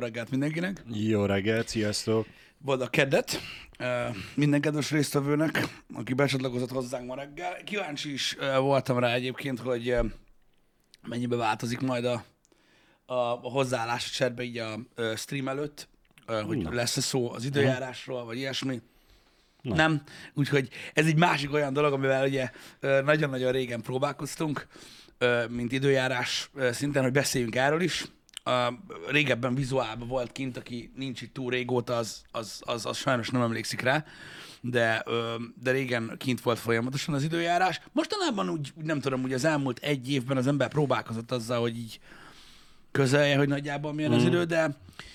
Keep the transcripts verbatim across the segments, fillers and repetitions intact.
reggelt mindenkinek. Jó reggelt, sziasztok. Boldog keddet minden kedves résztvevőnek, aki becsatlakozott hozzánk ma reggel. Kíváncsi is voltam rá egyébként, hogy mennyibe változik majd a, a, a hozzáállás a chatbe így a stream előtt, hogy Na. lesz-e szó az időjárásról, vagy ilyesmi. Na. Nem. Úgyhogy ez egy másik olyan dolog, amivel ugye nagyon-nagyon régen próbálkoztunk, mint időjárás szinten, hogy beszéljünk erről is. Uh, régebben vizuálban volt kint, aki nincs itt túl régóta, az, az, az, az sajnos nem emlékszik rá, de, uh, de régen kint volt folyamatosan az időjárás. Mostanában úgy, nem tudom, hogy az elmúlt egy évben az ember próbálkozott azzal, hogy így közelje, hogy nagyjából milyen mm. az idő, de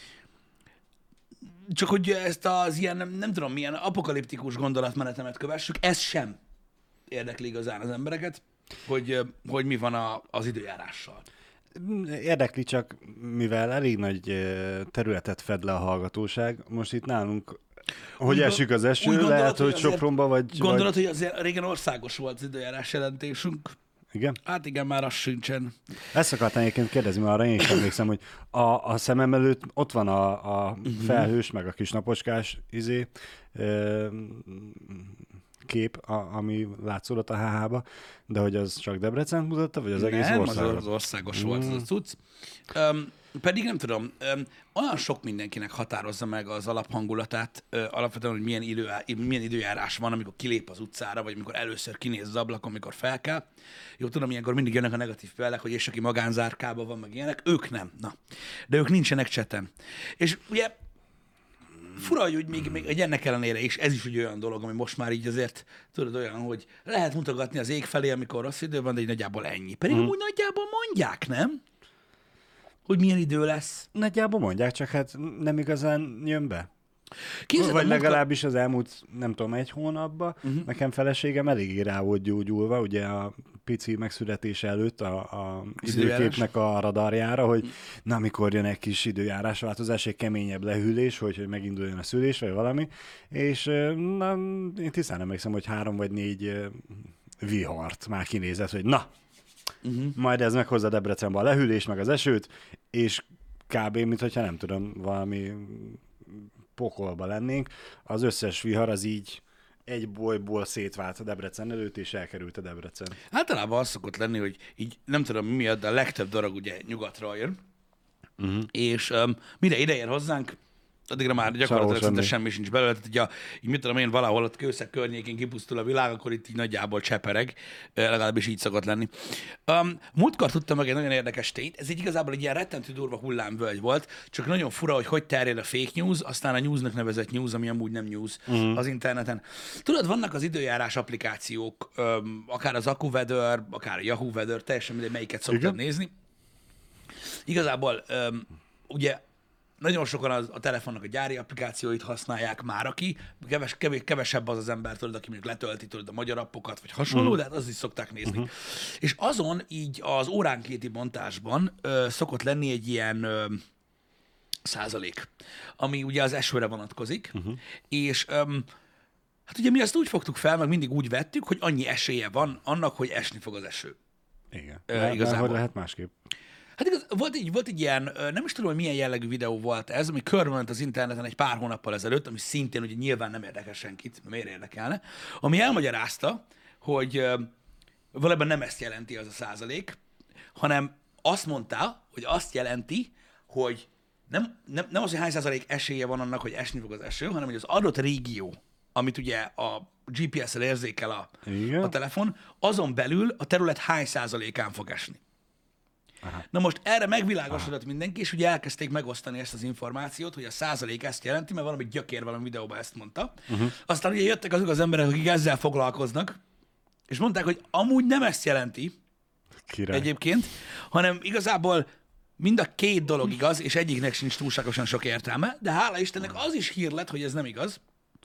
csak hogy ezt az ilyen, nem, nem tudom, milyen apokaliptikus gondolatmenetemet kövessük, ez sem érdekli igazán az embereket, hogy, hogy mi van a, az időjárással. Érdekli csak, mivel elég nagy területet fed le a hallgatóság, most itt nálunk, hogy esik az eső, gondolod, lehet, hogy, hogy Sopronba vagy... Gondolod, vagy... hogy azért régen országos volt az időjárás jelentésünk? Igen? Hát igen, már az sincsen. Ezt akartam egyébként kérdezni, mert arra én is emlékszem, hogy a, a szemem előtt ott van a, a felhős, meg a kis napocskás izé, kép, a, ami látszódott a há há-ba, de hogy az csak Debrecent mutatta, vagy az nem, egész ország? Nem, az, az országos mm. volt az a cucc. Um, pedig nem tudom, um, olyan sok mindenkinek határozza meg az alaphangulatát, uh, alapvetően, hogy milyen, idő, milyen időjárás van, amikor kilép az utcára, vagy amikor először kinéz az ablakon, amikor fel kell. Jó, tudom, ilyenkor mindig jönnek a negatív példák, hogy és aki magánzárkában van, meg ilyenek, ők nem. Na. De ők nincsenek cseten. És ugye fura, hogy még, még egy ennek ellenére is, ez is egy olyan dolog, ami most már így azért, tudod, olyan, hogy lehet mutogatni az ég felé, amikor rossz idő van, de így nagyjából ennyi. Pedig mm. úgy nagyjából mondják, nem? Hogy milyen idő lesz. Nagyjából mondják, csak hát nem igazán jön be. Képzeld, vagy legalábbis az elmúlt, nem tudom, egy hónapban, uh-huh. nekem feleségem eléggé rá volt gyógyulva, ugye a pici megszületése előtt a, a időképnek a radarjára, hogy na, mikor jön egy kis időjárásváltozás, egy keményebb lehűlés, hogy, hogy meginduljon a szülés, vagy valami, és na, én tisztán emlékszem, hogy három vagy négy vihart már kinézett, hogy na, uh-huh. majd ez meghozza Debrecenben a lehűlés, meg az esőt, és kb. Mintha nem tudom, valami pokolba lennénk, az összes vihar az így egy bolyból szétvált a Debrecen előtt, és elkerült a Debrecen. Általában az szokott lenni, hogy így nem tudom mi miatt, de a legtöbb darab ugye nyugatról jön, uh-huh. és um, mire ide ér hozzánk, addigra már gyakorlatilag szinte semmi sincs belőle. Tehát, hogy a, így mit tudom én, valahol ott Kőszeg környékén kipusztul a világ, akkor itt így nagyjából csepereg, legalábbis így szokott lenni. Um, múltkor tudtam meg egy nagyon érdekes tényt, ez egy igazából egy ilyen rettentő durva hullámvölgy volt, csak nagyon fura, hogy hogy terjed a fake news, aztán a newsnak nevezett news, ami amúgy nem news uh-huh. az interneten. Tudod, vannak az időjárás applikációk, um, akár az AccuWeather, akár a Yahoo Weather, teljesen mindegy, melyiket szoktad Igen? nézni. Igazából um, ugye nagyon sokan az, a telefonnak a gyári applikációit használják már, aki keves, kevés, kevesebb az az ember, tudod, aki mondjuk letölti tudod, a magyar appokat, vagy hasonló, uh-huh. de hát azt is szokták nézni. Uh-huh. És azon így az óránkéti bontásban ö, szokott lenni egy ilyen ö, százalék, ami ugye az esőre vonatkozik, uh-huh. és ö, hát ugye mi azt úgy fogtuk fel, meg mindig úgy vettük, hogy annyi esélye van annak, hogy esni fog az eső. Igen. Ö, igazából. Hogy lehet másképp? Hát igaz, volt egy, volt egy ilyen, nem is tudom, hogy milyen jellegű videó volt ez, ami körülment az interneten egy pár hónappal ezelőtt, ami szintén ugye nyilván nem érdekel senkit, miért érdekelne, ami elmagyarázta, hogy valójában nem ezt jelenti az a százalék, hanem azt mondta, hogy azt jelenti, hogy nem, nem, nem az, hogy hány százalék esélye van annak, hogy esni fog az eső, hanem hogy az adott régió, amit ugye a gé pé es-szel érzékel a, a telefon, azon belül a terület hány százalékán fog esni. Aha. Na most erre megvilágosodott Aha. mindenki, és ugye elkezdték megosztani ezt az információt, hogy a százalék ezt jelenti, mert valami gyökér valami videóban ezt mondta. Uh-huh. Aztán ugye jöttek azok az emberek, akik ezzel foglalkoznak, és mondták, hogy amúgy nem ezt jelenti Király. egyébként, hanem igazából mind a két dolog igaz, és egyiknek sincs túlságosan sok értelme, de hála Istennek az is hír lett, hogy ez nem igaz.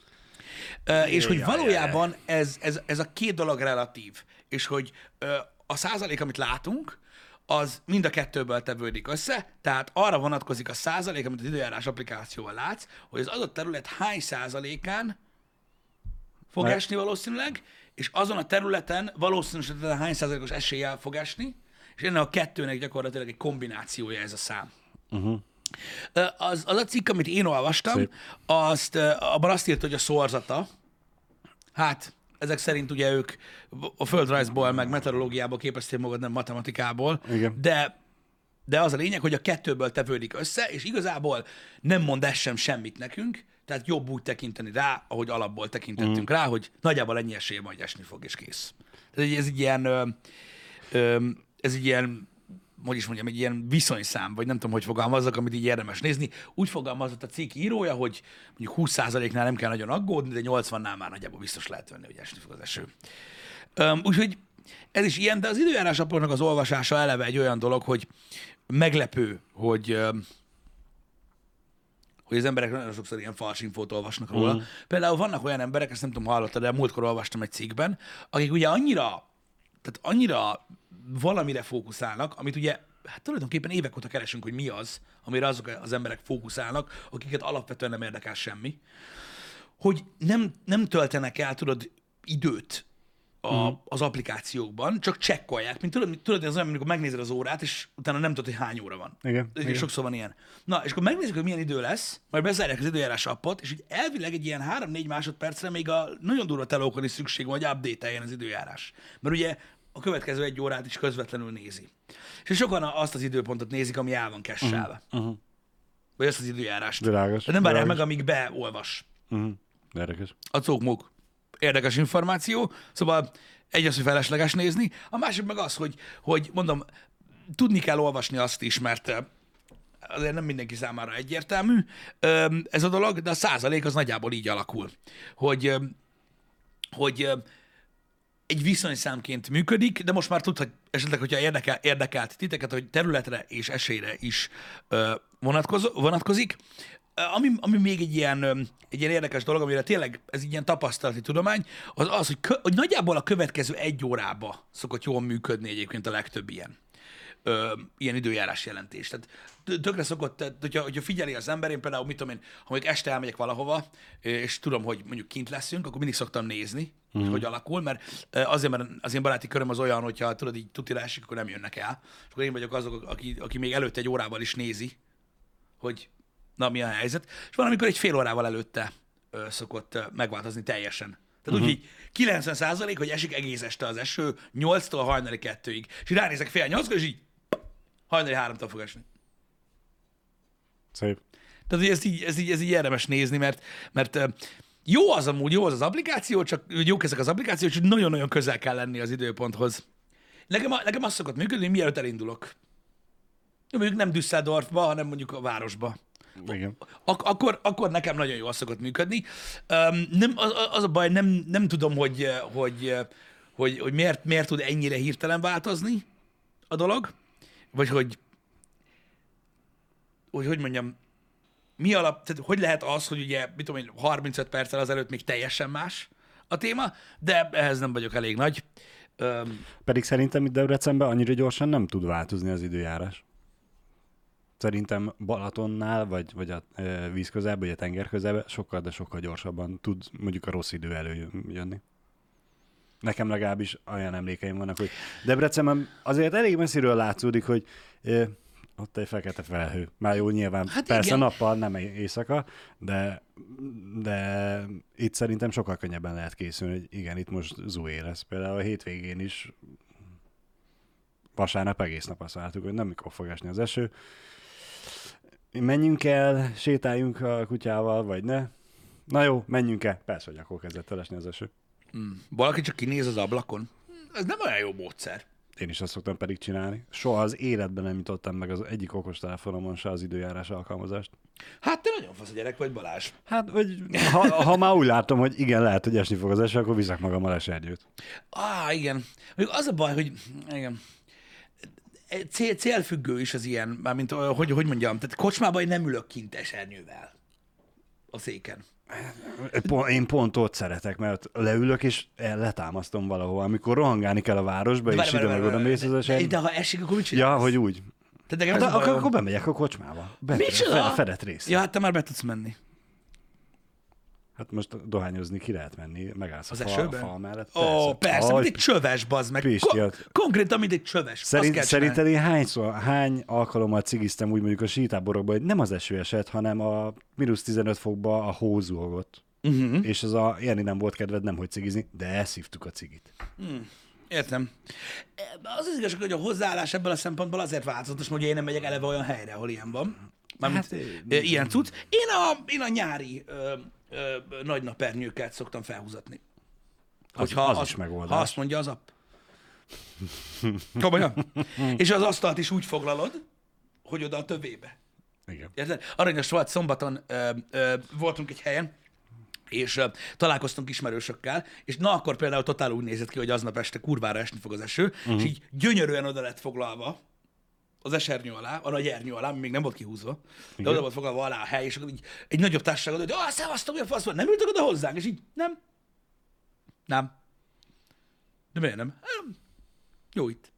Uh, és hogy valójában ez, ez, ez a két dolog relatív, és hogy uh, a százalék, amit látunk, az mind a kettőből tevődik össze, tehát arra vonatkozik a százalék, amit az időjárás applikációval látsz, hogy az adott terület hány százalékán fog Mert... esni valószínűleg, és azon a területen valószínűleg hány százalékos eséllyel fog esni, és ennek a kettőnek gyakorlatilag egy kombinációja ez a szám. Uh-huh. Az, az a cikk, amit én olvastam, azt, abban azt írta, hogy a szorzata, hát ezek szerint ugye ők a földrajzból, meg meteorológiából képezték magad, nem matematikából, Igen. de de az a lényeg, hogy a kettőből tevődik össze, és igazából nem mond ez sem semmit nekünk, tehát jobb úgy tekinteni rá, ahogy alapból tekintettünk mm. rá, hogy nagyjából ennyi esélye majd esni fog, és kész. Tehát ez egy ilyen, ö, ö, ez egy ilyen, hogy is mondjam, egy ilyen viszonyszám, vagy nem tudom, hogy fogalmazzak, amit így érdemes nézni. Úgy fogalmazott a cikk írója, hogy mondjuk húsz százaléknál nem kell nagyon aggódni, de nyolcvannál már nagyjából biztos lehet venni, hogy esni fog az eső. Üm, úgyhogy ez is ilyen, de az időjárás naplónak az olvasása eleve egy olyan dolog, hogy meglepő, hogy, hogy az emberek nagyon sokszor ilyen fals infót olvasnak róla. Mm. Például vannak olyan emberek, ezt nem tudom, hallottad, de múltkor olvastam egy cikkben, akik ugye annyira, tehát annyira valamire fókuszálnak, amit ugye hát tulajdonképpen évek óta keresünk, hogy mi az, amire azok az emberek fókuszálnak, akiket alapvetően nem érdekel semmi, hogy nem, nem töltenek el, tudod, időt A, mm. az applikációkban, csak csekkolják. Mint tudod, tudod, az olyan, amikor megnézed az órát, és utána nem tudod, hogy hány óra van. Igen, és igen. Sokszor van ilyen. Na, és akkor megnézzük, hogy milyen idő lesz, majd bezárják az időjárás appot, és így elvileg egy ilyen három-négy másodpercre még a nagyon durva telókon is szükség van, hogy update-eljen az időjárás. Mert ugye a következő egy órát is közvetlenül nézi. És sokan azt az időpontot nézik, ami el van kesselve. Uh-huh. Uh-huh. Vagy azt az időjárást. Világos. De nem várják meg, amíg beolvas. Uh-huh. Érdekes. A cókmók. Érdekes információ, szóval egy az, hogy felesleges nézni, a másik meg az, hogy, hogy mondom, tudni kell olvasni azt is, mert azért nem mindenki számára egyértelmű ez a dolog, de a százalék az nagyjából így alakul, hogy, hogy egy viszonyszámként működik, de most már tudhat esetleg, hogyha érdekel, érdekelt titeket, hogy területre és esélyre is vonatkozik. Ami, ami még egy ilyen, egy ilyen érdekes dolog, amire tényleg ez egy ilyen tapasztalati tudomány, az az, hogy, kö, hogy nagyjából a következő egy órába szokott jól működni egyébként a legtöbb ilyen, ö, ilyen időjárás jelentés. Tehát tökre szokott, tehát, hogyha, hogyha figyeli az ember, én például, mit tudom én, ha mondjuk este elmegyek valahova, és tudom, hogy mondjuk kint leszünk, akkor mindig szoktam nézni, mm. hogy hogy alakul, mert azért, mert az én baráti köröm az olyan, hogyha tudod, így tutira esik, akkor nem jönnek el. És akkor én vagyok azok, aki, aki még előtte egy órával is nézi, hogy na, mi a helyzet. És van, amikor egy fél órával előtte ö, szokott ö, megváltozni teljesen. Tehát uh-huh. úgy, hogy kilencven százalék, hogy esik egész este az eső, nyolctól hajnali kettőig. És így ránézek fél nyolckor, és így hajnali háromtól fog esni. Szép. Tehát ez így, ez így, ez így érdemes nézni, mert, mert ö, jó az amúgy, jó az az applikáció, csak jók ezek az applikációk, csak nagyon-nagyon közel kell lenni az időponthoz. Nekem, nekem az szokott működni, hogy mielőtt elindulok. Mondjuk nem Düsseldorfba, hanem mondjuk a városba. Igen. Ak- akkor, akkor nekem nagyon jól szokott működni. Um, nem, az, az a baj, nem, nem tudom, hogy, hogy, hogy, hogy miért, miért tud ennyire hirtelen változni a dolog, vagy hogy hogy, hogy mondjam, mi alap, tehát hogy lehet az, hogy ugye, mit tudom én, harmincöt perccel azelőtt még teljesen más a téma, de ehhez nem vagyok elég nagy. Um, Pedig szerintem itt Debrecenben annyira gyorsan nem tud változni az időjárás. Szerintem Balatonnál, vagy, vagy a e, víz közelben, vagy a tenger közelben sokkal, de sokkal gyorsabban tud mondjuk a rossz idő előjönni. Nekem legalábbis olyan emlékeim vannak, hogy Debrecenben azért elég messziről látszódik, hogy e, ott egy fekete felhő. Már jó, nyilván hát persze igen. Nappal, nem éjszaka, de, de itt szerintem sokkal könnyebben lehet készülni, hogy igen, itt most zué lesz. Például a hétvégén is vasárnap egész nap azt vártuk, hogy nem mikor fog esni az eső. Menjünk el, sétáljunk a kutyával, vagy ne? Na jó, menjünk el. Persze, hogy akkor kezdett el esni az eső. Hmm. Valaki csak kinéz az ablakon. Ez nem olyan jó módszer. Én is azt szoktam pedig csinálni. Soha az életben nem jutottam meg az egyik okostelefonomon se az időjárás alkalmazást. Hát te nagyon fasz a gyerek vagy, Balázs. Hát, vagy ha, ha már úgy látom, hogy igen, lehet, hogy esni fog az eső, akkor viszek magammal esernyőt. Á, igen. Mondjuk az a baj, hogy igen. Cél, célfüggő is az ilyen, mármint, hogy, hogy mondjam, tehát kocsmában én nem ülök kint esernyővel a széken. Én pont ott szeretek, mert leülök és letámasztom valahol. Amikor rohangálni kell a városba, de és ide meg oda mész az esernyő. De ha esik, akkor mit csinálsz? Ja, hogy úgy. Hát akkor, bajom. akkor bemegyek a kocsmába. Be, Micsoda? Fedett rész. Ja, hát te már be tudsz menni. Hát most dohányozni ki lehet menni, megállsz az a fal, fal mellett. Ó, persze, persze mint egy csöves, bazd meg. Ko- konkrétan, mint egy csöves. Szerint, szerinted én hányszor, hány alkalommal cigiztem úgy mondjuk a sítáborokban, hogy nem az eső esett, hanem a mínusz tizenöt fokba a hó zúgott. Uh-huh. És az a, Jani nem volt kedved nem, hogy cigizni, de elszívtuk a cigit. Hmm. Értem. Az az igazság, hogy a hozzáállás ebből a szempontból azért változatos, hogy én nem megyek eleve olyan helyre, ahol ilyen van. Mármint hát, ilyen cucc. Én a, én a nyári ö, ö, nagy napernyőket szoktam felhúzatni. Hogyha az, az az, is megoldás. Ha azt mondja az app. Komolyan. És az asztalt is úgy foglalod, hogy oda a tövébe. Igen. Érted? Aranyos volt, szombaton ö, ö, voltunk egy helyen, és uh, találkoztunk ismerősökkel, és na akkor például totál úgy nézett ki, hogy aznap este kurvára esni fog az eső, uh-huh. és így gyönyörűen oda lett foglalva az esernyő alá, a nagy ernyő alá, még nem volt kihúzva, de igen. Oda volt foglalva alá a hely, és akkor így egy nagyobb társaság oda, hogy ah, szevasztok, mi a fasz van, nem ültök oda hozzánk, és így nem. Nem. De miért nem? Jó itt.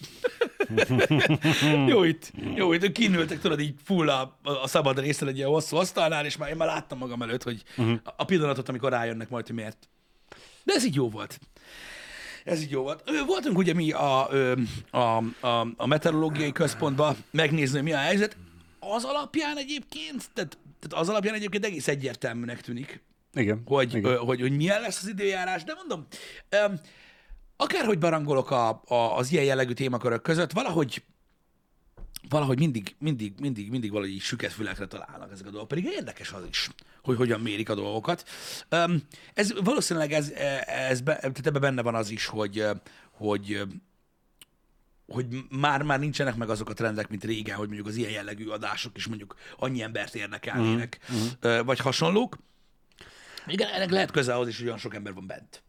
Jó itt. Jó itt. Kinültek, tudod, így full a, a szabad részen egy ilyen hosszú asztalnál, és már én már láttam magam előtt, hogy uh-huh. a pillanatot, amikor rájönnek majd, hogy miért. De ez így jó volt. Ez így jó volt. Voltunk ugye mi a, a, a, a meteorológiai központban megnézni, mi a helyzet. Az alapján egyébként, tehát, tehát az alapján egyébként egész egyértelműnek tűnik, igen, hogy, igen. Hogy, hogy, hogy milyen lesz az időjárás, de mondom, akárhogy barangolok a, a, az ilyen jellegű témakörök között, valahogy valahogy mindig, mindig, mindig, mindig valahogy így süket fülekre találnak ezek a dolgok. Pedig érdekes az is, hogy hogyan mérik a dolgokat. Ez valószínűleg ez, ez be, tehát ebben benne van az is, hogy, hogy, hogy már, már nincsenek meg azok a trendek, mint régen, hogy mondjuk az ilyen jellegű adások is mondjuk annyi embert érdekelnének, mm-hmm. vagy hasonlók. Igen, ennek lehet köze ahhoz is, hogy olyan sok ember van bent.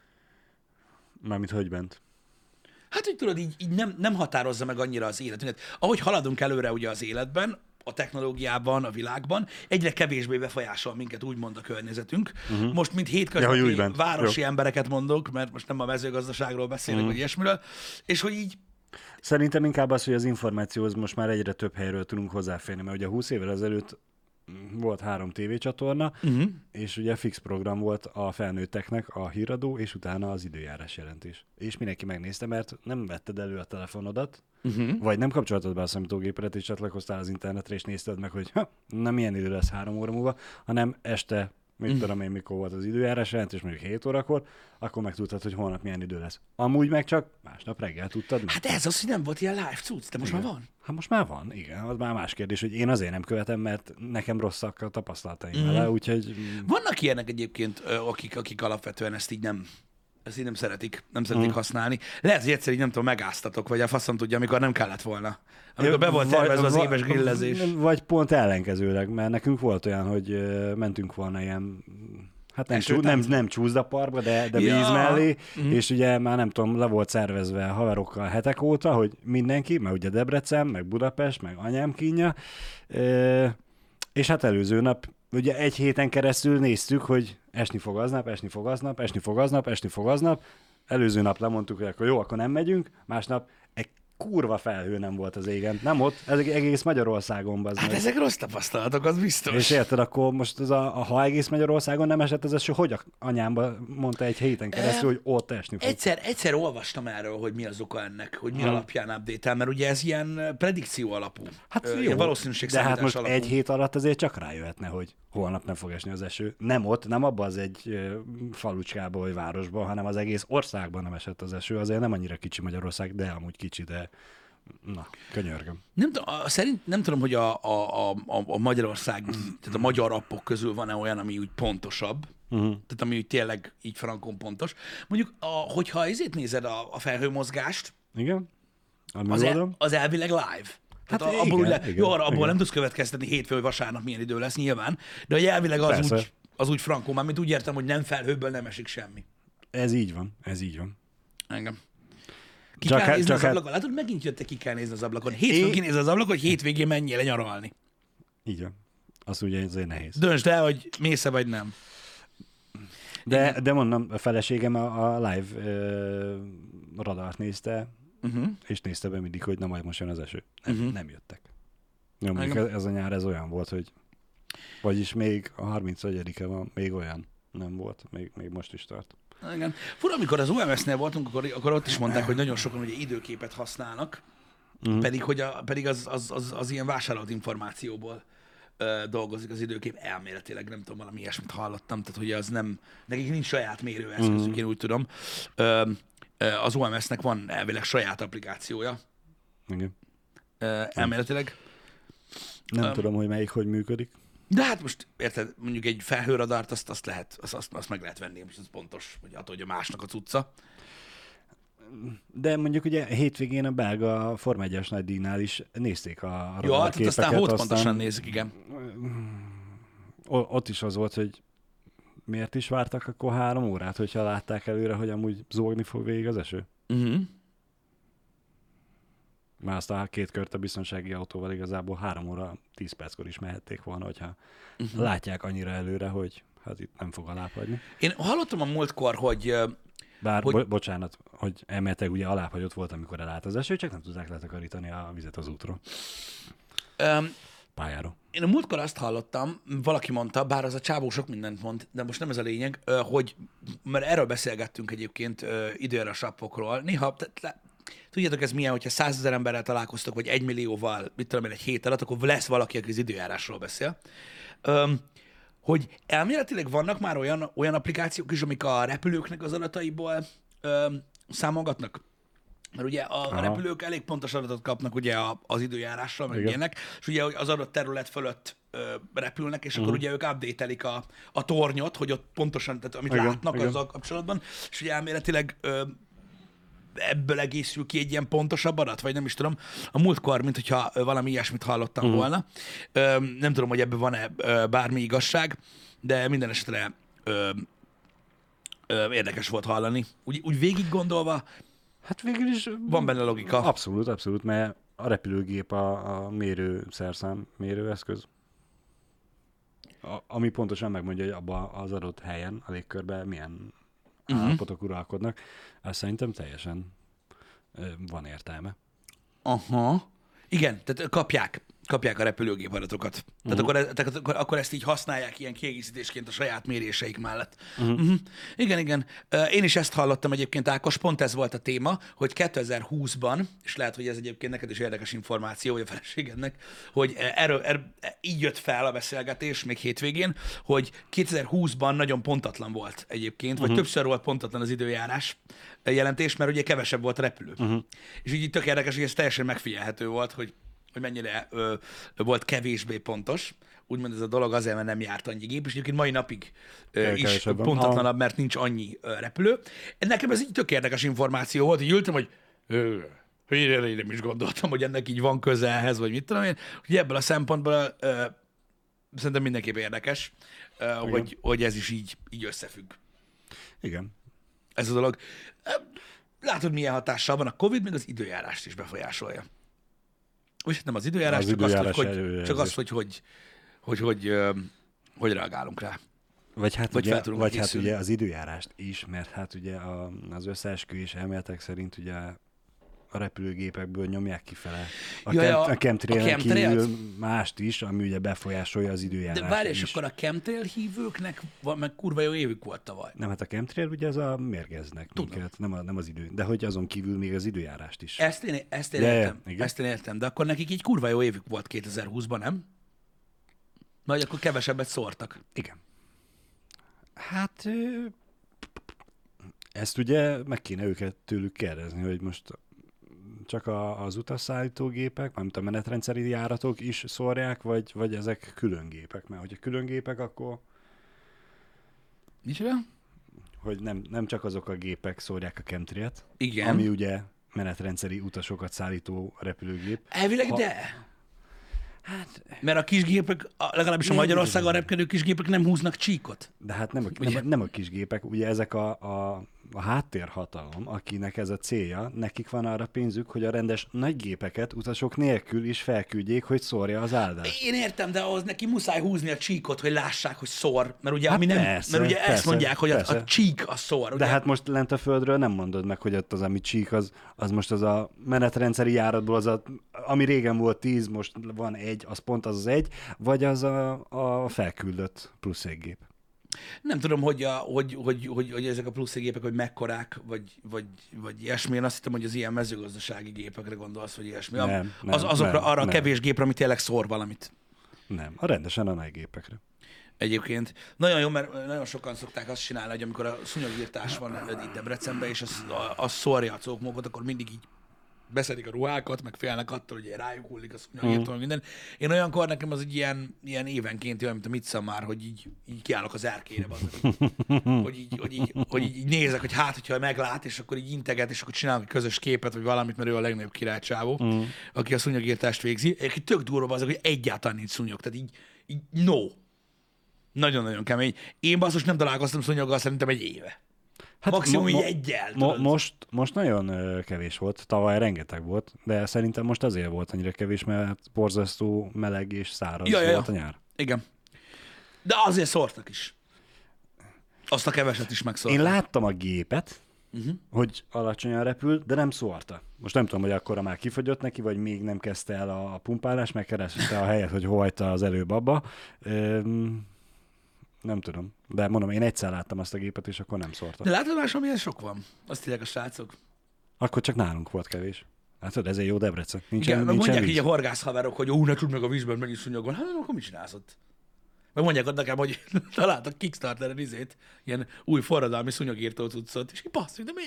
Mármint hogy bent? Hát, hogy tudod, így, így nem, nem határozza meg annyira az életünket. Ahogy haladunk előre ugye az életben, a technológiában, a világban, egyre kevésbé befolyásol minket úgymond a környezetünk. Uh-huh. Most, mint hétköznapi ja, városi Jó. embereket mondok, mert most nem a mezőgazdaságról beszélek, uh-huh. vagy ilyesmiről, és hogy így... Szerintem inkább az, hogy az információhoz most már egyre több helyről tudunk hozzáférni, mert ugye húsz évvel ezelőtt volt három tévécsatorna, uh-huh. és ugye fix program volt a felnőtteknek a híradó, és utána az időjárás jelentés. És mindenki megnézte, mert nem vetted elő a telefonodat, uh-huh. vagy nem kapcsoltad be a számítógépedet, és csatlakoztál az internetre, és nézted meg, hogy ha, na milyen idő lesz három óra múlva, hanem este, mit uh-huh. tudom én, mikor volt az időjárás jelentés, mondjuk hét órakor, akkor megtudtad, hogy holnap milyen idő lesz. Amúgy meg csak másnap reggel tudtad meg. Hát ez az, hogy nem volt ilyen live cucc, de most igen. már van. Hát most már van, igen. Az már más kérdés, hogy én azért nem követem, mert nekem rosszak a tapasztalataim mm. vele, úgyhogy... Vannak ilyenek egyébként, akik, akik alapvetően ezt így nem, ezt így nem szeretik, nem szeretik mm. használni. Lehet, hogy egyszer így nem tudom, megáztatok, vagy a faszom tudja, amikor nem kellett volna. Amikor be volt tervezve az éves grillezés. Vagy pont ellenkezőleg, mert nekünk volt olyan, hogy mentünk volna ilyen... Hát nem, csú, nem, nem csúszdaparkba, de, de ja. víz mellé, mm. és ugye már nem tudom, le volt szervezve haverokkal hetek óta, hogy mindenki, mert ugye Debrecen, meg Budapest, meg anyám kínja, és hát előző nap, ugye egy héten keresztül néztük, hogy esni fog aznap, esni fog aznap, esni fog aznap, esni fog aznap, előző nap lemondtuk, hogy akkor jó, akkor nem megyünk, másnap egy kurva felhő nem volt az égen. Nem ott, ez egész Magyarországon. Hát meg. Ezek rossz tapasztalatok, az biztos. És érted, akkor most az a, a, ha egész Magyarországon nem esett, ez eső, hogy a anyámba mondta egy héten keresztül, hogy ott esni fog. Egyszer, egyszer olvastam erről, hogy mi az oka ennek, hogy mi hmm. alapján update-el, mert ugye ez ilyen predikció alapú. Hát jó, ilyen valószínűségszámítás de hát most alapú. Egy hét alatt azért csak rájöhetne, hogy holnap nem fog esni az eső. Nem ott, nem abban az egy falucskába vagy városban, hanem az egész országban nem esett az eső. Azért nem annyira kicsi Magyarország, de amúgy kicsi, de na, könyörgöm. Nem, szerint, nem tudom, hogy a, a, a, a Magyarország, tehát a magyar appok közül van-e olyan, ami úgy pontosabb, uh-huh. tehát ami úgy tényleg így frankon pontos. Mondjuk, a, hogyha ezért nézed a, a felhőmozgást, igen? Az, el, az elvileg live. Hát a, abból, igen, le, igen, jó, abból igen. nem tudsz következtetni hétfő vagy vasárnap milyen idő lesz nyilván, de hogy elvileg az úgy, az úgy frankon, már mint úgy értem, hogy nem felhőből nem esik semmi. Ez így van, ez így van. Engem. Ki csak kell nézni az ablakon? Látod, megint jöttek, ki kell nézni az ablakon. Hétfőn kinézni az ablakon, hogy hétvégén menjél nyaralni. Így van. Az ugye azért nehéz. Döntsd el, hogy mész-e vagy nem. De, de mondom, a feleségem a, a live uh, radart nézte, uh-huh. és nézte be mindig, hogy na majd most jön az eső. Nem, uh-huh. nem jöttek. Ja, mondjuk ez a nyár ez olyan volt, hogy Vagyis még a harmincegyedike van, még olyan nem volt, még, még most is tart. Igen. Fura, amikor az o em es-nél voltunk, akkor, akkor ott is mondták, hogy nagyon sokan ugye időképet használnak, mm. pedig, hogy a, pedig az, az, az, az ilyen vásárolt információból ö, dolgozik az időkép elméletileg, nem tudom, valami ilyesmit hallottam, tehát hogy az nem, nekik nincs saját mérőeszközük, mm. én úgy tudom. Ö, az o em es-nek van elvileg saját applikációja. Igen. Ö, elméletileg. Nem um, tudom, hogy melyik hogy működik. De hát most, érted, mondjuk egy felhőradart, azt, azt lehet, azt, azt, azt meg lehet venni, és ez pontos, hogy attól, hogy a másnak a cucca. De mondjuk ugye hétvégén a belga Forma egyes nagy díjnál is nézték a radarképeket. Jó, hát aztán hódpontosan nézik, igen. Ott is az volt, hogy miért is vártak akkor három órát, hogyha látták előre, hogy amúgy zúgni fog végig az eső? Uh-huh. Már azt a két kört a biztonsági autóval igazából három óra, tíz perckor is mehették volna, hogyha uh-huh. látják annyira előre, hogy hát itt nem fog alábbhagyni. Én hallottam a múltkor, hogy... Bár, hogy... Bo- bocsánat, hogy elméletileg ugye alábbhagyott volt, amikor elállt az eső, csak nem tudták letakarítani a vizet az útról. Um, Pályáról. Én a múltkor azt hallottam, valaki mondta, bár az a csávó sok mindent mond, de most nem ez a lényeg, hogy, mert erről beszélgettünk egyébként időjárás appokról, néha... Te, tudjátok, ez milyen, hogyha százezer emberrel találkoztok, vagy egy millióval, mit tudom én, egy hét alatt, akkor lesz valaki, aki az időjárásról beszél. Öm, hogy elméletileg vannak már olyan, olyan applikációk is, amik a repülőknek az adataiból öm, számolgatnak. Mert ugye a Aha. repülők elég pontos adatot kapnak ugye az időjárásról, meg ilyenek, és ugye az adott terület fölött ö, repülnek, és uh-huh. akkor ugye ők update-elik a, a tornyot, hogy ott pontosan, tehát amit igen, látnak igen. azzal kapcsolatban, és ugye elméletileg ö, ebből egészül ki egy ilyen pontosabb adat, vagy nem is tudom. A múltkor, mint hogyha valami ilyesmit hallottam uh-huh. volna. Ö, nem tudom, hogy ebben van-e bármi igazság, de minden esetre ö, ö, érdekes volt hallani. Úgy, úgy végig gondolva, hát végül is van benne logika. Abszolút, abszolút, mert a repülőgép a, a mérő szerszám mérőeszköz, a, ami pontosan megmondja, hogy abban az adott helyen, a légkörben milyen uh-huh. állapotok uralkodnak. Azt szerintem teljesen ö, van értelme. Aha. Igen, tehát kapják, kapják a repülőgép adatokat. Tehát, uh-huh. akkor, tehát akkor, akkor ezt így használják ilyen kiegészítésként a saját méréseik mellett. Uh-huh. Uh-huh. Igen, igen. Én is ezt hallottam egyébként, Ákos, pont ez volt a téma, hogy kétezer-húszban, és lehet, hogy ez egyébként neked is érdekes információ, vagy a feleségednek, hogy erről, erről így jött fel a beszélgetés még hétvégén, hogy kétezer-húszban nagyon pontatlan volt egyébként, vagy uh-huh. többször volt pontatlan az időjárás jelentés, mert ugye kevesebb volt a repülő. Uh-huh. És így tök érdekes, hogy ez teljesen megfigyelhető volt, hogy hogy mennyire ö, volt kevésbé pontos. Úgymond ez a dolog azért, mert nem járt annyi gép, és egyébként mai napig ö, is pontatlanabb, mert nincs annyi ö, repülő. Nekem ez így tök érdekes információ volt, hogy ültem, hogy hogy én nem is gondoltam, hogy ennek így van köze ehhez, vagy mit tudom én. Hogy ebből a szempontból ö, szerintem mindenképp érdekes, ö, hogy, hogy ez is így, így összefügg. Igen. Ez a dolog. Látod, milyen hatással van a Covid, még az időjárást is befolyásolja. És hát nem az időjárás, az csak, időjárás azt, hogy, hogy, csak azt, hogy hogy, hogy, hogy, hogy, hogy reagálunk rá. Vagy hát, vagy ugye, vagy hát ugye az időjárást is, mert hát ugye a, az összeesküvés elméletek szerint ugye a repülőgépekből nyomják kifele. A, ja, kem, a, a chemtrailen kívül mást is, ami ugye befolyásolja az időjárást. De várj, és akkor a chemtrail hívőknek van, meg kurva jó évük volt tavaly. Nem, hát a chemtrail ugye az a mérgeznek minket, nem, a, nem az idő. De hogy azon kívül még az időjárást is. Ezt én, ezt én de, értem. Igen? Ezt én értem. De akkor nekik így kurva jó évük volt kétezer-húszban, nem? Vagy akkor kevesebbet szórtak. Igen. Hát ezt ugye meg kéne őket tőlük kérdezni, hogy most csak a, az utasszállítógépek, mármint a menetrendszeri járatok is szórják, vagy, vagy ezek külön gépek? Mert hogyha külön gépek, akkor... Micsoda? Hogy nem, nem csak azok a gépek szórják a chemtrailt, igen. Ami ugye menetrendszeri utasokat szállító repülőgép. Elvileg ha... de... Hát... Mert a kisgépek, legalábbis a Magyarországon repkedő kisgépek nem húznak csíkot. De hát nem a, nem, nem a kisgépek, ugye ezek a, a, a háttérhatalom, akinek ez a célja, nekik van arra pénzük, hogy a rendes nagy gépeket utasok nélkül is felküldjék, hogy szórja az áldást. Én értem, de ahhoz neki muszáj húzni a csíkot, hogy lássák, hogy szór. Mert ugye, hát ami nem, persze, mert ugye persze, ezt mondják, hogy a, a csík a szór. Ugye? De hát most lent a földről nem mondod meg, hogy ott az, ami csík, az, az most az a menetrendszeri járatból, az a, ami régen volt tíz, most van egy, az pont az az egy, vagy az a, a a felküldött plusz egy gép. Nem tudom, hogy, a, hogy, hogy, hogy, hogy ezek a plusz gépek, hogy mekkorák, vagy, vagy, vagy ilyesmi. Én azt hittem, hogy az ilyen mezőgazdasági gépekre gondolsz, vagy ilyesmi. Nem, nem, az, azokra, nem, arra nem. A kevés gépre, ami tényleg szór valamit. Nem, a rendesen a nagy gépekre. Egyébként nagyon jó, mert nagyon sokan szokták azt csinálni, hogy amikor a szúnyogírtás van itt Debrecenben, és az, az szórja a cókmókot, akkor mindig így beszedik a ruhákat, meg félnek attól, hogy rájuk hullik a szúnyogírtól, mm. minden. Én olyankor nekem az egy ilyen, ilyen évenként olyan, mint a Midsommar, hogy így, így kiállok az erkére, hogy, így, hogy, így, hogy így, így nézek, hogy hát, hogyha meglát, és akkor így integet, és akkor csinálunk egy közös képet, vagy valamit, mert ő a legnagyobb királycsávó, mm. aki a szúnyogírtást végzi. Egyébként tök durva az, hogy egyáltalán nincs szúnyog, tehát így, így no. Nagyon-nagyon kemény. Én basszus nem találkoztam szúnyoggal szerintem egy éve. Hát maximum mo- mo- így egyel. Mo- most, most nagyon uh, kevés volt, tavaly rengeteg volt, de szerintem most azért volt annyira kevés, mert borzasztó meleg és száraz ja, volt ja, ja. a nyár. Igen. De azért szórtak is. Azt a keveset is megszórtak. Én láttam a gépet, uh-huh. hogy alacsonyan repül, de nem szórta. Most nem tudom, hogy akkora már kifogyott neki, vagy még nem kezdte el a, a pumpálás, megkereste a helyet, hogy hajta az előbb abba. Üm, Nem tudom, de mondom, én egyszer láttam azt a gépet, és akkor nem szórta. De látod máshol, milyen sok van? Azt írják a srácok. Akkor csak nálunk volt kevés. Látod, ezért jó Debrecen. Nincsen, igen, nincsen mondják víz. így a horgászhaverok, hogy ó, ne tudd meg a vízben, mennyi szúnyog van. Hát akkor mit csinálsz ott? Meg mondják ott nekem, hogy találtak Kickstarteren izét, ilyen új forradalmi szúnyogírtó cuccot, és így basszus, de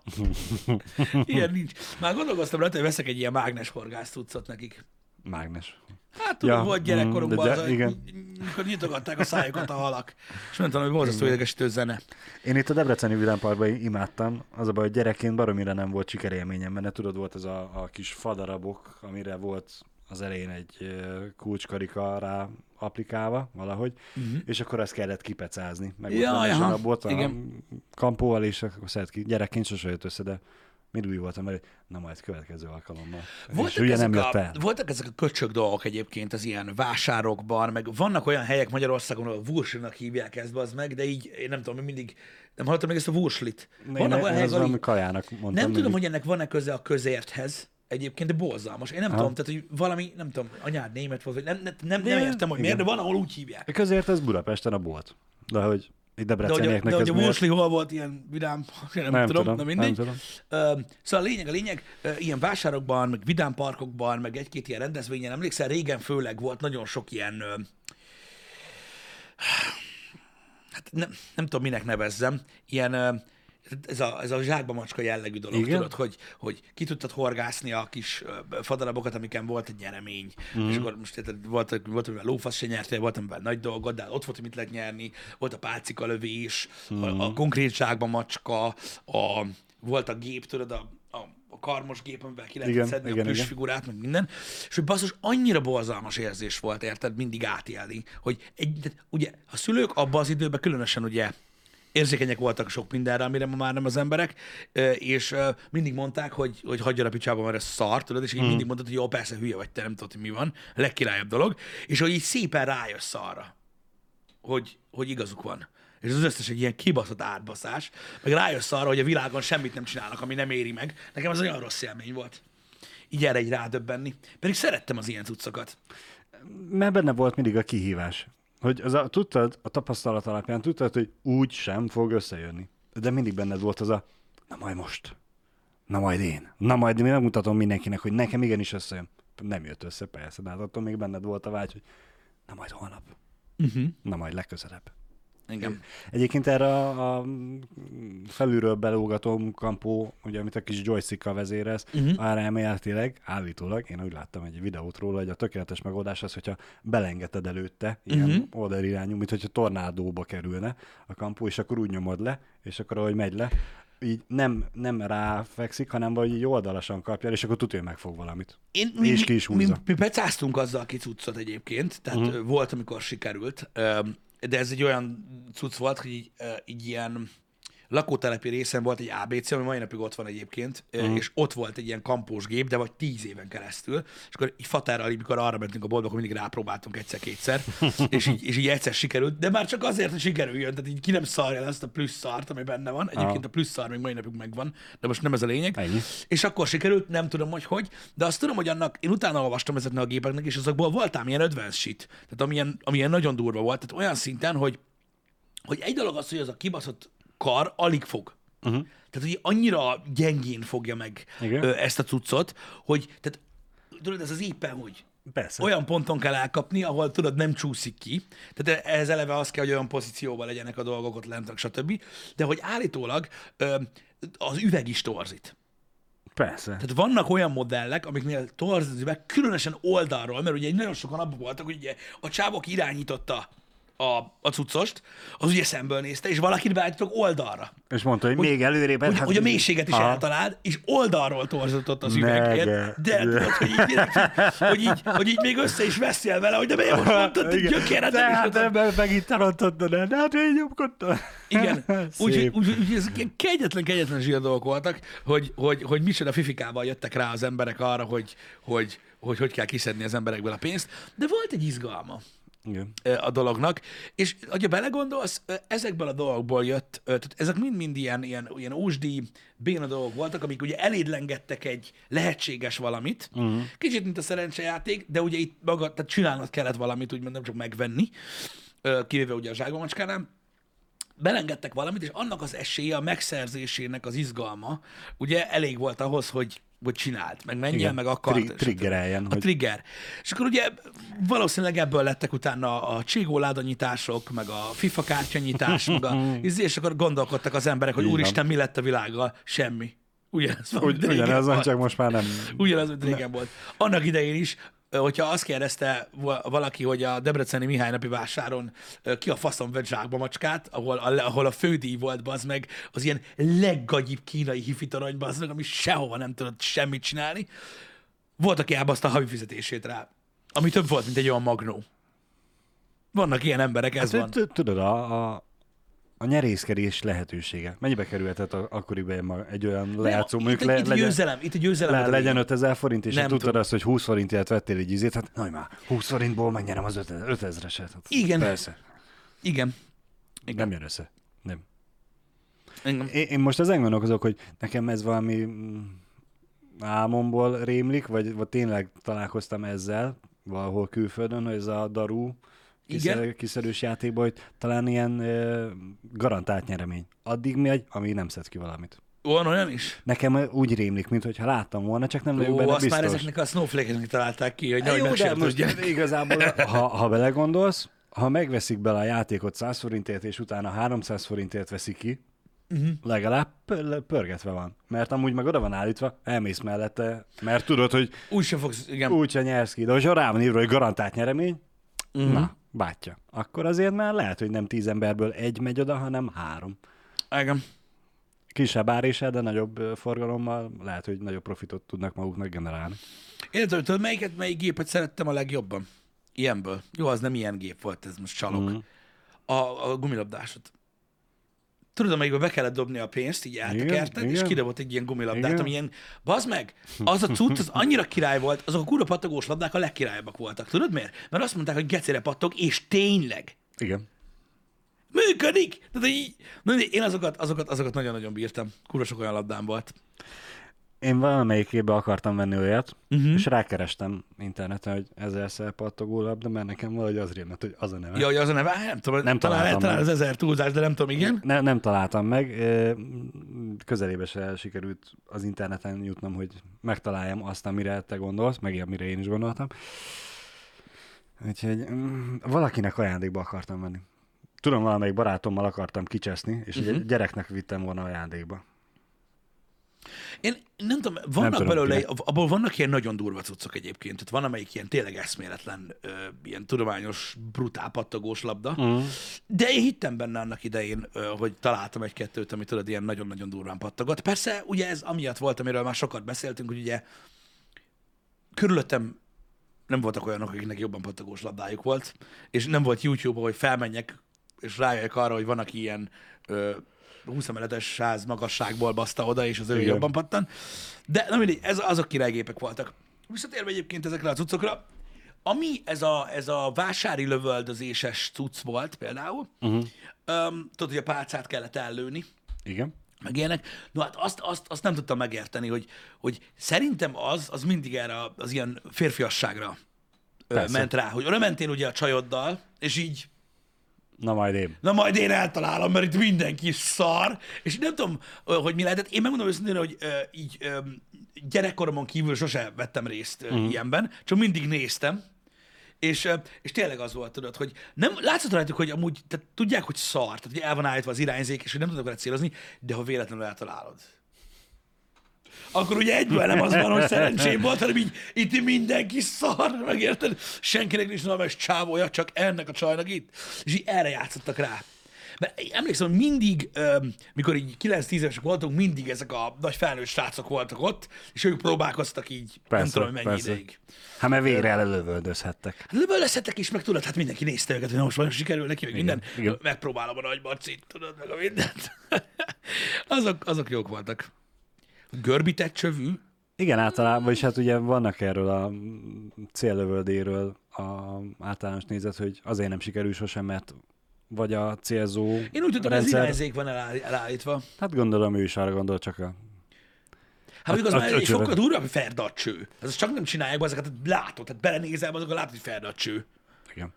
miért? Ilyen nincs. Már gondolkoztam rá, hogy veszek egy ilyen mágnes horgász cuccot nekik. Mágnes. Hát tudom, ja, volt gyerekkorunkban, az, amikor nyitogatták a szájukat a halak, és mondtam, hogy borzasztó idegesítő zene. Én itt a debreceni vidámparkban imádtam, az a baj, hogy gyerekként baromira nem volt sikerélményem, mert tudod, volt ez a, a kis fadarabok, amire volt az elején egy uh, kulcskarika rá applikálva valahogy, uh-huh. és akkor ezt kellett kipecázni. Meg ja, ott ja, volt a kampóval, és akkor szeret ki. Gyerekként sose jött össze, de mind úgy voltam, mert na majd következő alkalommal. Voltak ezek, nem jött el. A, voltak ezek a köcsög dolgok egyébként az ilyen vásárokban, meg vannak olyan helyek Magyarországon, ahol vurslinak hívják ezt, az meg, de így én nem tudom, hogy mindig nem hallottam még ezt a vurslit. Vannak olyan helyek, ahol kajának mondtam. Nem tudom, hogy ennek van-e köze a közérthez, egyébként, de borzalmas. Én nem ha. tudom, tehát, hogy valami, nem tudom, anyád német volt, vagy nem, nem, nem, nem értem, hogy miért, de van, ahol úgy hívják. A közért ez Budapesten a bolt. De hogy itt Debrecenieknek de hogy a Wursli hol volt ilyen vidám, nem, nem tudom, tudom, de mindegy. Nem tudom. Uh, szóval a lényeg, a lényeg, uh, ilyen vásárokban, meg vidámparkokban, meg egy-két ilyen rendezvényen, emlékszel, régen főleg volt nagyon sok ilyen, uh, hát nem, nem tudom, minek nevezzem, ilyen, uh, ez a, ez a zsákba macska jellegű dolog, igen? Tudod, hogy, hogy ki tudtad horgászni a kis fadarabokat, amiken volt egy nyeremény, mm. és akkor most érted, volt, volt, amivel lófasz se nyertél, volt, amivel nagy dolgod, de ott volt, hogy mit lehet nyerni, volt a pálcika lövés, mm. a, a konkrét zsákba macska, a, volt a gép, tudod, a, a, a karmos gép, amivel ki lehetett szedni igen, a püsfigurát, meg minden, és hogy basszus, annyira borzalmas érzés volt, érted, mindig átélni, hogy egy, ugye a szülők abban az időben különösen ugye érzékenyek voltak sok mindenre, amire ma már nem az emberek, és mindig mondták, hogy, hogy hagyja a picsába, mert ez szar, tudod, és így mm. mindig mondtad, hogy jó, persze, hülye vagy te, nem tudod, hogy mi van, a legkirályabb dolog, és hogy így szépen rájössz arra, hogy, hogy igazuk van. És az összes egy ilyen kibaszott átbaszás, meg rájössz arra, hogy a világon semmit nem csinálnak, ami nem éri meg. Nekem ez olyan rossz élmény volt. Így erre így rádöbbenni. Pedig szerettem az ilyen cuccokat. Mert benne volt mindig a kihívás. Hogy az a, tudtad, a tapasztalat alapján tudtad, hogy úgy sem fog összejönni. De mindig benned volt az a, na majd most, na majd én, na majd én megmutatom mindenkinek, hogy nekem igenis összejön. Nem jött össze, persze, de hát attól még benned volt a vágy, hogy na majd holnap, uh-huh. na majd legközelebb. Engem. Egyébként erre a, a felülről belógató kampó, ugye, amit a kis joystickkal vezérez, uh-huh. arra elméletileg, állítólag, én úgy láttam egy videót róla, hogy a tökéletes megoldás az, hogyha belengeded előtte, ilyen uh-huh. oldalirányú, mint hogyha tornádóba kerülne a kampó, és akkor úgy nyomod le, és akkor ahogy megy le, így nem, nem ráfekszik, hanem vagy így oldalasan kapja, és akkor tudja, hogy megfog valamit. Én, mi, és ki is húzza. Mi, mi pecáztunk azzal a kicuccot egyébként, tehát uh-huh. volt, amikor sikerült, de ez egy olyan cucc volt, hogy így, így ilyen lakótelepi részen volt egy á bé cé, ami mai napig ott van egyébként, uh-huh. és ott volt egy ilyen kampós gép, de vagy tíz éven keresztül, és akkor így fatárral, amikor arra mentünk a boltba, akkor mindig rápróbáltunk egyszer-kétszer, és így, és így egyszer sikerült, de már csak azért, hogy sikerüljön, tehát így ki nem szarja el azt a plusz szart, ami benne van. Egyébként uh-huh. a plusz szar még mai napig megvan, de most nem ez a lényeg. Ennyi. És akkor sikerült, nem tudom, hogy hogy, de azt tudom, hogy annak, én utána olvastam ezeknek a gépeknek, és azokból voltám ilyen advanced shit, tehát amilyen, amilyen nagyon durva volt, tehát olyan szinten, hogy, hogy egy dolog az, hogy az a kibaszott kar alig fog. Uh-huh. Tehát, hogy annyira gyengén fogja meg ö, ezt a cuccot, hogy tehát, tudod, ez az éppen, hogy Persze. olyan ponton kell elkapni, ahol tudod, nem csúszik ki. Tehát ehhez eleve az kell, hogy olyan pozícióban legyenek a dolgok ott lentek, stb. De hogy állítólag ö, az üveg is torzít. Persze. Tehát vannak olyan modellek, amiknél torzít az üveg, különösen oldalról, mert ugye nagyon sokan abban voltak, hogy ugye a csávok irányította a, a cuccost, az ugye szemből nézte, és valakit beállítottak oldalra. És mondta, hogy, hogy még előrébb. Hogy, hát, hogy a mélységet is aha. eltaláld, és oldalról torzított az üveg. De, de tudod, hogy így, direkt, hogy, így, hogy így még össze is veszel vele, hogy de miért most mondtad, hogy gyökéret. De hát ebben megint tarantottad, de hát én nyomkodtam. Igen. Úgyhogy úgy, úgy, ez kegyetlen, kegyetlen zsír dolgok voltak, hogy, hogy, hogy micsoda fifikával jöttek rá az emberek arra, hogy hogy, hogy, hogy kell kiszedni az emberekből a pénzt. De volt egy izgalma. Igen. A dolognak, és ha belegondolsz, ezekből a dolgokból jött, tehát ezek mind-mind ilyen, ilyen, ilyen ósdi, béna dolgok voltak, amik ugye elédlengettek egy lehetséges valamit, uh-huh. kicsit, mint a szerencsejáték, de ugye itt maga, tehát csinálnod kellett valamit, úgymond nem csak megvenni, kivéve ugye a zsákbamacskánál, belengedtek valamit, és annak az esélye, a megszerzésének az izgalma, ugye elég volt ahhoz, hogy hogy csináld, meg menjen, igen, meg akart. Tri- triggereljen. A hogy... trigger. És akkor ugye valószínűleg ebből lettek utána a cségóláda nyitások, meg a FIFA kártyanyitás, meg a, és akkor gondolkodtak az emberek, hogy úristen, mi lett a világgal? Semmi. Ugyanez van, Ugy, ugyanez van, csak most már nem. Ugyanez, mint régen volt. Annak idején is, hogyha azt kérdezte valaki, hogy a debreceni Mihály napi vásáron ki a faszom vett zsákbamacskát, ahol a, ahol a fődíj volt, bazd meg, az ilyen leggagyibb kínai hifitorony, bazd meg, ami sehova nem tudott semmit csinálni, volt, aki elbaszta a havi fizetését rá, ami több volt, mint egy olyan magnó. Vannak ilyen emberek, ez van. Tudod, a, a, a nyerészkedés lehetősége. Mennyibe kerülhetett akkoriban egy olyan lejátszó? Itt, itt, itt, győzelem, itt a győzelem. Le, legyen ötezer forint, és tudtad tudom. Azt, hogy húsz forintért vettél egy izét, hát nagy már, húsz forintból megnyerem az ötezreset. Hát, igen. Persze. Igen. Igen. Nem jön össze. Nem. Én, én most ezen gondolkozok, hogy nekem ez valami álmomból rémlik, vagy, vagy tényleg találkoztam ezzel valahol külföldön, hogy ez a Daru Kiszer, kiszerős játékban, hogy talán ilyen e, garantált nyeremény. Addig megy, amíg nem szedsz ki valamit. Van olyan is? Nekem úgy rémlik, mintha láttam volna, csak nem vagyok benne azt biztos. Már ezeknek a snowflake-eknek találták ki, hogy nehogy megsértődjenek. Igazából, ha, ha belegondolsz, ha megveszik bele a játékot száz forintért, és utána háromszáz forintért veszik ki, uh-huh. legalább pörgetve van. Mert amúgy meg oda van állítva, elmész mellette, mert tudod, hogy úgy sem fogsz, igen. Úgy sem nyersz ki. De hogyha rá van írva, hogy garantált nyeremény, uh-huh. na, bátya. Akkor azért már lehet, hogy nem tíz emberből egy megy oda, hanem három. Igen. Kisebb árésel, de nagyobb forgalommal lehet, hogy nagyobb profitot tudnak maguknak generálni. Én tudom, tudod, melyiket, melyik gépet szerettem a legjobban? Ilyenből. Jó, az nem ilyen gép volt, ez most csalok. Mm. A, a gumilabdásot. Tudod, amelyikben be kellett dobni a pénzt, így eltekerted, és kidobott egy ilyen gumilabdát, igen. Ami ilyen, bazd meg, az a cucc, az annyira király volt, azok a kurva pattogós labdák a legkirályabbak voltak. Tudod miért? Mert azt mondták, hogy gecére pattog, és tényleg. Igen. Működik! Tehát így, én azokat, azokat, azokat nagyon-nagyon bírtam. Kurva sok olyan labdám volt. Én valamelyikében akartam venni olyat, uh-huh. és rákerestem interneten, hogy ezerszer pattogó labda, mert nekem valahogy az rémlett, hogy az a neve. Ja, hogy az a neve? Nem tudom, nem talán, találtam talán az ezer túlzás, de nem tudom, igen. Ne, nem találtam meg. Közelébe se sikerült az interneten jutnom, hogy megtaláljam azt, amire te gondolsz, meg amire én is gondoltam. Úgyhogy valakinek ajándékba akartam venni. Tudom, valamelyik barátommal akartam kicseszni, és uh-huh. egy gyereknek vittem volna ajándékba. Én nem tudom, vannak nem tudom, belőle, kinek. Abból vannak ilyen nagyon durva cuccok egyébként, tehát van amelyik ilyen tényleg eszméletlen, ö, ilyen tudományos, brutál pattogós labda, uh-huh. de én hittem benne annak idején, ö, hogy találtam egy-kettőt, ami tudod, ilyen nagyon-nagyon durván pattogott. Persze, ugye ez amiatt volt, amiről már sokat beszéltünk, hogy ugye körülöttem nem voltak olyanok, akiknek jobban pattogós labdájuk volt, és nem volt YouTube-on, hogy felmenjek, és rájöjjek arra, hogy van, aki ilyen ö, húsz emeletes ház magasságból baszta oda, és az ő jobban pattan. De na mindegy, ez, azok királygépek voltak. Visszatérve egyébként ezekre a cuccokra, ami ez a, ez a vásári lövöldözéses cucc volt például, uh-huh. um, tudod, hogy a pálcát kellett ellőni. Igen. Meg ilyenek. No hát azt, azt, azt nem tudtam megérteni, hogy, hogy szerintem az, az mindig erre az ilyen férfiasságra Persze. ment rá, hogy oda mentél ugye a csajoddal, és így Na majd én. Na majd én eltalálom, mert itt mindenki szar. És nem tudom, hogy mi lehetett. Én megmondom őszintén, hogy uh, így um, gyerekkoromon kívül sose vettem részt uh, uh-huh. ilyenben, csak mindig néztem. És, uh, és tényleg az volt, tudod, hogy nem, látszott rajtuk, hogy amúgy tehát tudják, hogy szar, tehát hogy el van állítva az irányzék, és hogy nem tudok vele célozni, de ha véletlenül eltalálod, akkor ugye egyből nem az van, hogy szerencsém volt, hanem így itt mindenki szar, megérted? Senkinek nincs normális csávója, csak ennek a csajnak itt. És így erre játszottak rá. Mert emlékszem, hogy mindig, mikor így kilenc-tíz évesek voltunk, mindig ezek a nagy felnőtt srácok voltak ott, és ők próbálkoztak így, persze, nem tudom, hogy mennyi persze. ideig. Hát mert végre elölövöldözhettek. Hát lövöldözhettek is, meg tudod, hát mindenki nézte őket, hogy most vajon sikerül neki, meg minden. Igen. Megpróbálom a nagy marcit, tudod, meg a mindent. azok, azok jók voltak. Görbített csövű? Igen, általában, vagyis hát ugye vannak erről a céllövöldéről a általános nézet, hogy azért nem sikerül sosem, mert vagy a célzó Én úgy tudom, hogy az irányzék van elállítva. Hát gondolom, ő is arra gondol, csak a... Hát igaz, már egy sokkal durvább ferdacső. Ez csak nem csinálják be ezeket, látod, tehát belenézel, azok látod, hogy ferdacső. Igen.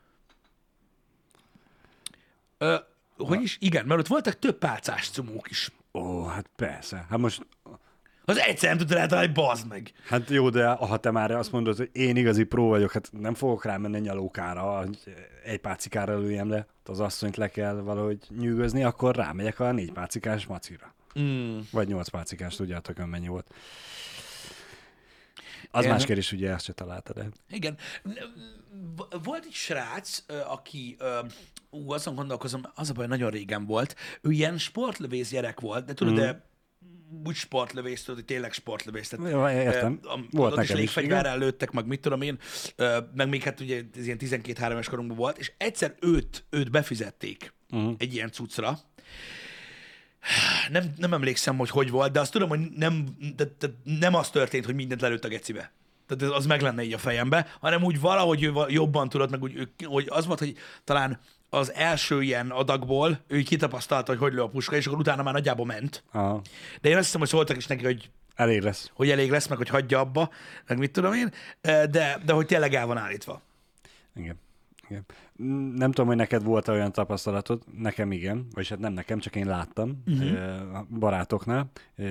Ö, hogy is? Igen, mert ott voltak több pálcás cumók is. Ó, hát persze. Hát most... Az egyszer nem tudtál eltalálni, bazd meg. Hát jó, de ha te már azt mondod, hogy én igazi pró vagyok, hát nem fogok rámenni nyalókára, hogy egy pácikára lőjem le, az asszonyt le kell valahogy nyűgözni, akkor rámegyek a négy pácikás macira. Mm. Vagy nyolc pácikás, tudjátok, ön mennyi volt. Az Igen. más kérdés, ugye ezt se találtad el. Igen. Volt egy srác, aki, ú, azon gondolkozom, az a baj, nagyon régen volt, ő ilyen sportlövész gyerek volt, de tudod, mm. de úgy sportlövész, tudod, hogy tényleg sportlövész. Tehát, Jó, értem. Volt ott is légfegyverrel lőttek, meg mit tudom én, meg még hát ugye ez ilyen tizenkét-három éves korunkban volt, és egyszer őt, őt befizették uh-huh. egy ilyen cuccra. Nem, nem emlékszem, hogy hogy volt, de azt tudom, hogy nem, de, de nem az történt, hogy mindent lelőtt a gecibe. Tehát az meg lenne így a fejembe, hanem úgy valahogy ő jobban tudott, meg úgy, hogy az volt, hogy talán az első ilyen adagból ő kitapasztalta, hogy hogy lő a puska, és akkor utána már nagyjából ment. Aha. De én azt hiszem, hogy szóltak is neki, hogy elég lesz. Hogy elég lesz, meg hogy hagyja abba, meg mit tudom én, de, de hogy tényleg el van állítva. Igen. Igen. Nem tudom, hogy neked volt olyan tapasztalatod, nekem igen, vagyis hát nem nekem, csak én láttam uh-huh. barátoknál,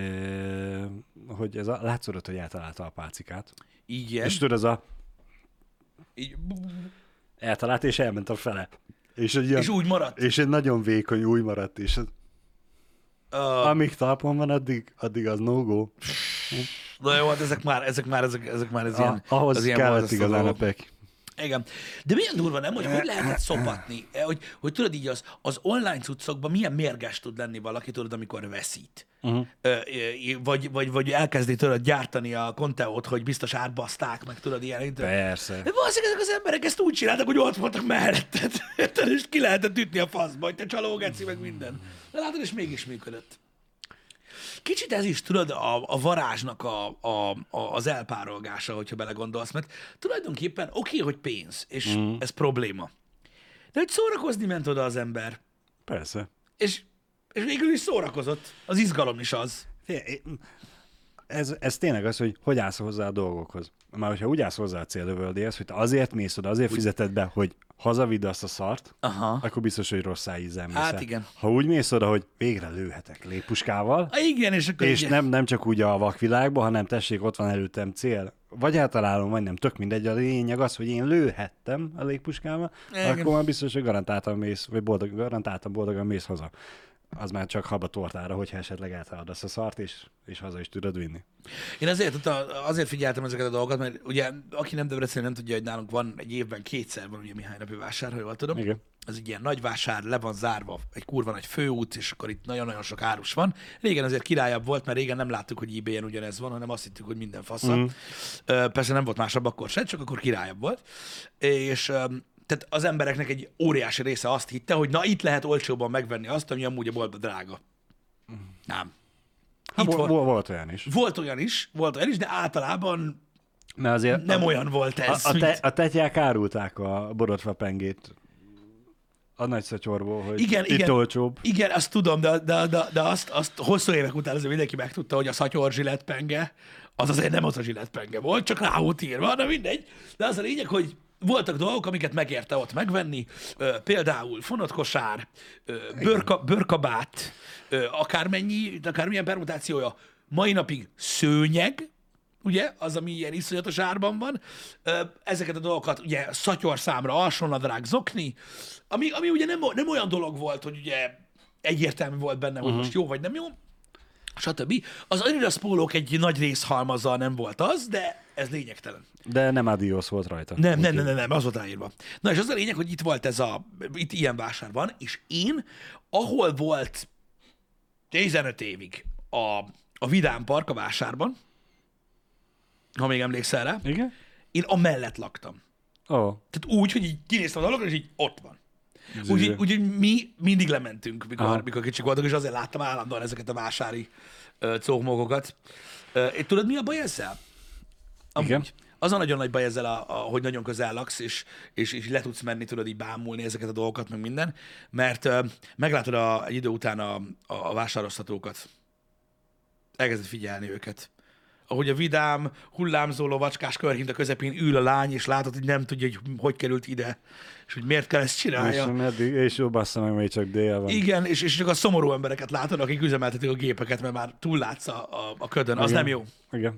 hogy ez a, látszódott, hogy eltalálta a pácikát. Igen. És tudod, ez a így... eltalált, és elment a fele. És, egy ilyen, és úgy maradt. És egy nagyon vékony úgy maradt, és az, uh, amíg talpon van, addig, addig az no-go. Na jó, hát ezek már, ezek már, ezek, ezek már ez ah, ilyen... Ahhoz az kellett igazán a pek. Igen. De milyen durva, nem? Hogy hogy lehetett szopatni? Hogy, hogy tudod így az, az online cuccokban milyen mérges tud lenni valaki, tudod, amikor veszít. Uh-huh. Vagy, vagy, vagy elkezdi tudod gyártani a konteót, hogy biztos átbaszták, meg tudod ilyen. Persze. De valószínűleg ezek az emberek ezt úgy csináltak, hogy ott voltak melletted. És ki lehetett ütni a faszba, hogy te csalógeci, meg minden. De látod, és mégis működött. Kicsit ez is, tudod, a, a varázsnak a, a, a, az elpárolgása, hogyha belegondolsz, mert tulajdonképpen oké, okay, hogy pénz, és mm. ez probléma. De hogy szórakozni ment oda az ember. Persze. És, és végül is szórakozott. Az izgalom is az. Ez, ez tényleg az, hogy hogy állsz hozzá a dolgokhoz. Már hogyha úgy állsz hozzá a céllövöldéhez, hogy te azért mész oda, azért úgy fizeted be, hogy hazavidd azt a szart, aha, akkor biztos, hogy rosszá ízzel mész. Hát igen. Ha úgy mész oda, hogy végre lőhetek légpuskával, ha, igen, és, akkor és nem, nem csak úgy a vakvilágban, hanem tessék, ott van előttem cél, vagy eltalálom, vagy nem, tök mindegy, a lényeg az, hogy én lőhettem a légpuskával, igen, akkor már biztos, hogy garantáltan mész, vagy boldog, garantáltan boldogan mész haza. Az már csak haba tortára, hogyha esetleg eltalálod a szart, és, és haza is tudod vinni. Én azért, azért figyeltem ezeket a dolgokat, mert ugye, aki nem Debrecen, nem tudja, hogy nálunk van egy évben kétszer van ugye Mihály napi vásár, ha jól tudom. Igen. Ez egy ilyen nagy vásár, le van zárva, egy kurva nagy főút, és akkor itt nagyon-nagyon sok árus van. Régen azért királyabb volt, mert régen nem láttuk, hogy eBay-en ugyanez van, hanem azt hittük, hogy minden fasza. Mm. Persze nem volt másabb akkor sem, csak akkor királyabb volt. És tehát az embereknek egy óriási része azt hitte, hogy na itt lehet olcsóban megvenni azt, ami amúgy a boltban drága. Nem. Hát volt, volt, volt olyan is. Volt olyan is, volt olyan is, de általában mert azért nem a, olyan volt ez. A, a, te, a tetyák árulták a borotva pengét a nagy szatyorból, hogy igen, itt igen, olcsóbb. Igen, azt tudom, de, de, de, de azt, azt hosszú évek után azért mindenki megtudta, hogy a szatyor zsilettpenge, az azért nem az a zsilettpenge volt, csak rá volt írva, de mindegy. De az a lényeg, hogy voltak dolgok, amiket megérte ott megvenni, például fonotkosár, bőrka, bőrkabát, akármennyi, akármilyen permutációja, mai napig szőnyeg, ugye, az, ami ilyen iszonyatos árban van, ezeket a dolgokat, ugye, szatyorszámra, alsónadrág, zokni, ami, ami ugye nem, nem olyan dolog volt, hogy ugye egyértelmű volt benne, hogy uh-huh. most jó vagy nem jó, stb. Az Adidas pólók egy nagy részhalmazzal nem volt az, de ez lényegtelen. De nem Adios volt rajta. Nem, nem, nem, nem, nem, az volt ráírva. Na és az a lényeg, hogy itt volt ez a, itt ilyen vásár van, és én, ahol volt tizenöt évig a, a Vidám Park a vásárban, ha még emlékszel rá, igen? Én amellett laktam. Oh. Tehát úgy, hogy így kinéztem a dologra, és így ott van. Úgyhogy úgy, mi mindig lementünk, mikor, mikor kicsik voltunk, és azért láttam állandóan ezeket a vásári uh, cókmokokat. Uh, tudod, mi a baj ezzel? Amúgy, igen. Az a nagyon nagy baj ezzel, a, a, hogy nagyon közel laksz, és, és, és le tudsz menni, tudod így bámulni ezeket a dolgokat, meg minden, mert uh, meglátod a, egy idő után a, a vásároztatókat. Elkezded figyelni őket. Ahogy a vidám, hullámzó lovacskás körhint a közepén ül a lány, és látod, hogy nem tudja, hogy hogy került ide, és hogy miért kell ezt csinálja. És, meddig, és jó bassza meg, még csak dél van. Igen, és, és csak a szomorú embereket látod, akik üzemeltetik a gépeket, mert már túllátsz a, a, a ködön. Az igen. nem jó. Igen.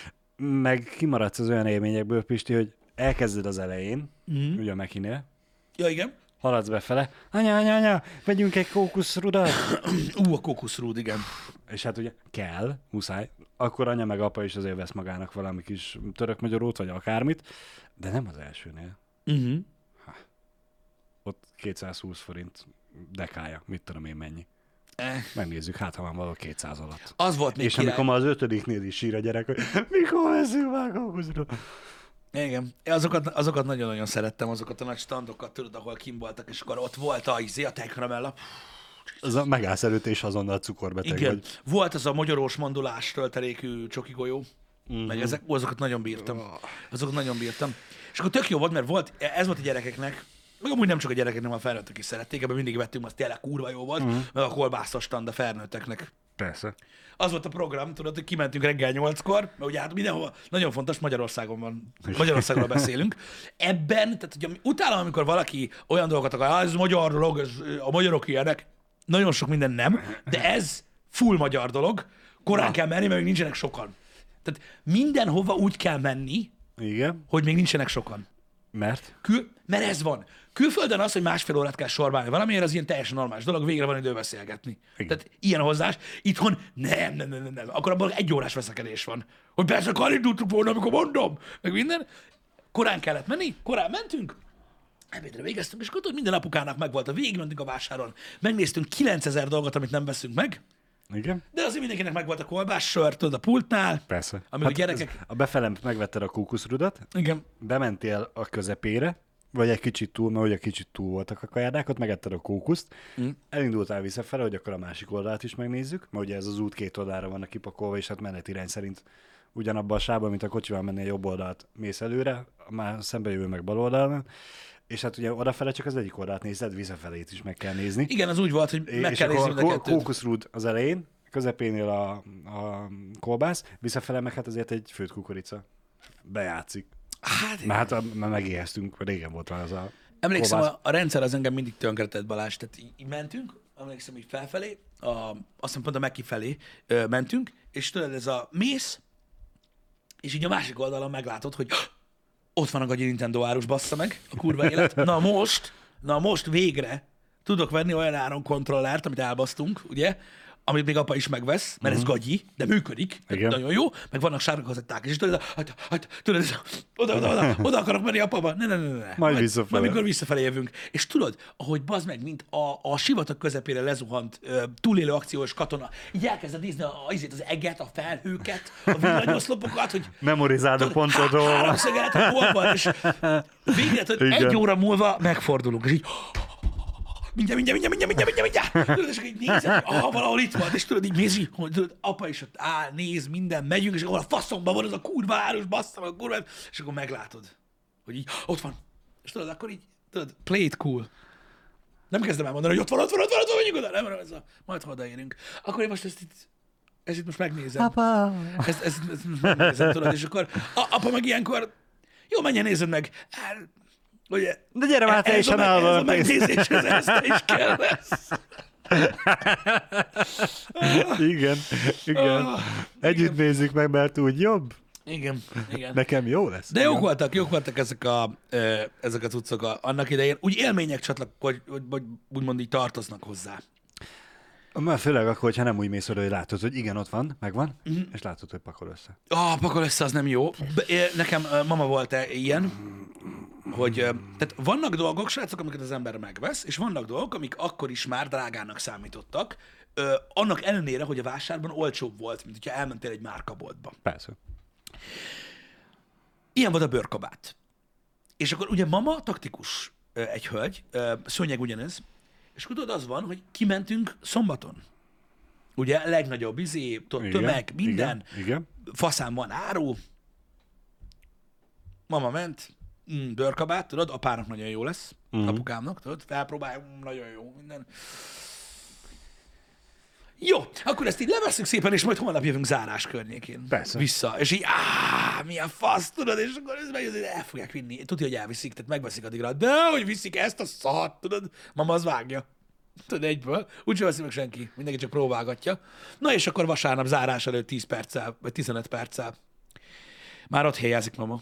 Meg kimaradsz az olyan élményekből, Pisti, hogy elkezded az elején, mm. ugye a Mekinél. Ja, igen. Haladsz befele. Anya, anya, anya, vegyünk egy kókuszrudat. Ú, a kókuszrúd, igen. És hát ugye kell, muszáj. Akkor anya meg apa is azért vesz magának valami kis török-magyarót, vagy akármit, de nem az elsőnél. Uh-huh. Ha. Ott kétszázhúsz forint dekája, mit tudom én mennyi. Eh. Megnézzük, hát ha van valahol kétszáz alatt. Az volt még És király. Amikor már az ötödiknél is sír a gyerek, hogy mikor veszünk már kókuszrudat. Igen, azokat, azokat nagyon-nagyon szerettem, azokat a nagy standokat, tudod, ahol kim voltak, és akkor ott volt a izé, a tejkaramella. Az a megállsz előtt, és azonnal cukorbeteg igen. vagy. Volt az a magyarós mandulás töltelékű csoki golyó, mm-hmm. meg ezek, ó, azokat nagyon bírtam. Azokat nagyon bírtam. És akkor tök jó volt, mert volt, ez volt a gyerekeknek, meg amúgy nem csak a gyerekek, hanem a felnőttek is szerették, ebben mindig vettünk, az tényleg kurva jó volt, mm-hmm. meg a kolbászos stand a felnőtteknek. Persze. Az volt a program, tudod, hogy kimentünk reggel nyolckor, mert ugye hát mindenhol, nagyon fontos, Magyarországon van, Magyarországról beszélünk. Ebben, tehát ugye utána, amikor valaki olyan dolgokat akar, ez magyar dolog, ez, a magyarok ilyenek, nagyon sok minden nem, de ez full magyar dolog, korán Na. kell menni, mert még nincsenek sokan. Tehát mindenhova úgy kell menni, igen. hogy még nincsenek sokan. Mert? Kül, mert ez van. Külföldön az, hogy másfél órát kell sorválni valamiért, az ilyen teljesen normális dolog, végre van idő beszélgetni. Igen. Tehát ilyen a hozzás. Itthon nem, nem, nem, nem, nem. Akkor abban egy órás veszekedés van. Hogy persze akkor indultuk volna, amikor mondom, meg minden. Korán kellett menni, korán mentünk, ebédre végeztünk, és akkor tudod, minden apukának megvolt a végigmentünk a vásáron. Megnéztünk kilencezer dolgot, amit nem veszünk meg. Igen. De azért mindenkinek megvolt a kolbás sör, tudod, a pultnál. Persze. Amíg hát a gyerekek... A befelem megvetted a kókuszrudat. Igen. Bementél a közepére, vagy egy kicsit túl, mert ugye kicsit túl voltak a kajádák, ott megetted a kókuszt. Mm. Elindultál visszafele, hogy akkor a másik oldalt is megnézzük, mert ugye ez az út két oldalra van kipakolva, és hát menetirány szerint ugyanabban a sávban, mint a kocsival mennél jobb oldalt mész előre, már szembe jövő meg bal oldalon. És hát ugye odafele csak az egyik oldalt nézed, visszafelét is meg kell nézni. Igen, az úgy volt, hogy meg és kell nézni mind a kettőt. Kókuszrúd az elején, közepénél a, a kolbász, visszafele meg hát azért egy főtt kukorica. Bejátszik. Hát, mert hát már megéheztünk, régen volt már az a Emlékszem, a, a rendszer az engem mindig tönkretett, Balázs, tehát így, így mentünk, emlékszem így felfelé, a, azt hiszem pont a Meki felé ö, mentünk, és tudod, ez a mész, és így a másik oldalon meglátod, hogy ott van a gagyi Nintendo árus, bassza meg, a kurva élet. Na most, na most végre tudok venni olyan áron kontrollert, amit elbasztunk, ugye, amit még apa is megvesz, mert uh-huh. ez gagyi, de működik, nagyon jó, meg vannak sárga kazetták, és tudod, hát, hát, tudod ez, oda, oda, oda, oda akarok menni apába, ne, ne, ne, ne. Majd visszafelé. Majd mikor visszafelé jövünk. És tudod, ahogy bazd meg, mint a, a sivatag közepére lezuhant uh, túlélő akciós katona, így elkezded nézni a, azért az eget, a felhőket, a villanyoszlopokat, hogy memorizáld a pontodról. Há, háromszögelet, hol van, és végre, tudod, egy óra múlva megfordulunk, és így mindjárt, mindjárt, mindjárt, mindjárt, mindjárt, mindjárt. Tudod, és akkor így nézed, hogy ah, valahol itt van, és tudod, így mész, hogy tudod, apa is ott áll, néz, minden, megyünk, és akkor a faszomban van az a kurva város, basszam a kurva, és akkor meglátod, hogy így, ott van. És tudod, akkor így, tudod, play it cool. Nem kezdem el mondani, hogy ott van, ott van, ott van, ott van, menjünk oda, nem, nem, ez a, majd ha odaérünk. Akkor én most ezt itt, ezt itt most megnézem. Apa! Ezt, ezt, ezt most megnézem, tudod, és akkor a, apa meg ilyenkor, jó, menjen, nézd meg. Ugye, de gyere már te is, a, ez a megnézéshez ezt is kell lesz. igen, igen. Együtt nézzük meg, mert úgy jobb. Igen, igen. Nekem jó lesz. De jók voltak, jók voltak ezek a, ezek a cuccok annak idején. Úgy élmények csatlak, vagy, vagy úgymond így tartoznak hozzá. Már főleg akkor, hogyha nem úgy mész oda, hogy látod, hogy igen, ott van, megvan, mm-hmm. és látod, hogy pakol össze. Ah, pakol össze, az nem jó. Nekem mama volt ilyen, hogy tehát vannak dolgok, srácok, amiket az ember megvesz, és vannak dolgok, amik akkor is már drágának számítottak, annak ellenére, hogy a vásárban olcsóbb volt, mint hogyha elmentél egy márkaboltba. Persze. Ilyen volt a bőrkabát. És akkor ugye mama taktikus egy hölgy, szőnyeg ugyanez, és tudod, az van, hogy kimentünk szombaton. Ugye, legnagyobb izé, tömeg, minden, igen, igen. Faszán van áru. Mama ment, mm, bőrkabát, tudod, apának nagyon jó lesz, uh-huh. apukámnak, tudod, felpróbáljuk, nagyon jó, minden. Jó, akkor ezt így levesszük szépen, és majd holnap jövünk zárás környékén. Persze. Vissza. És így, áh, milyen fasz, tudod, és akkor ez megy, el fogják vinni. Tudja, hogy elviszik, tehát megveszik addigra. De hogy viszik ezt a szart, tudod, mama az vágja. Tudod, egyből. Úgyse veszi meg senki. Mindenki csak próbálgatja. Na és akkor vasárnap zárás előtt tíz perccel, vagy tizenöt perccel. Már ott helyezik mama.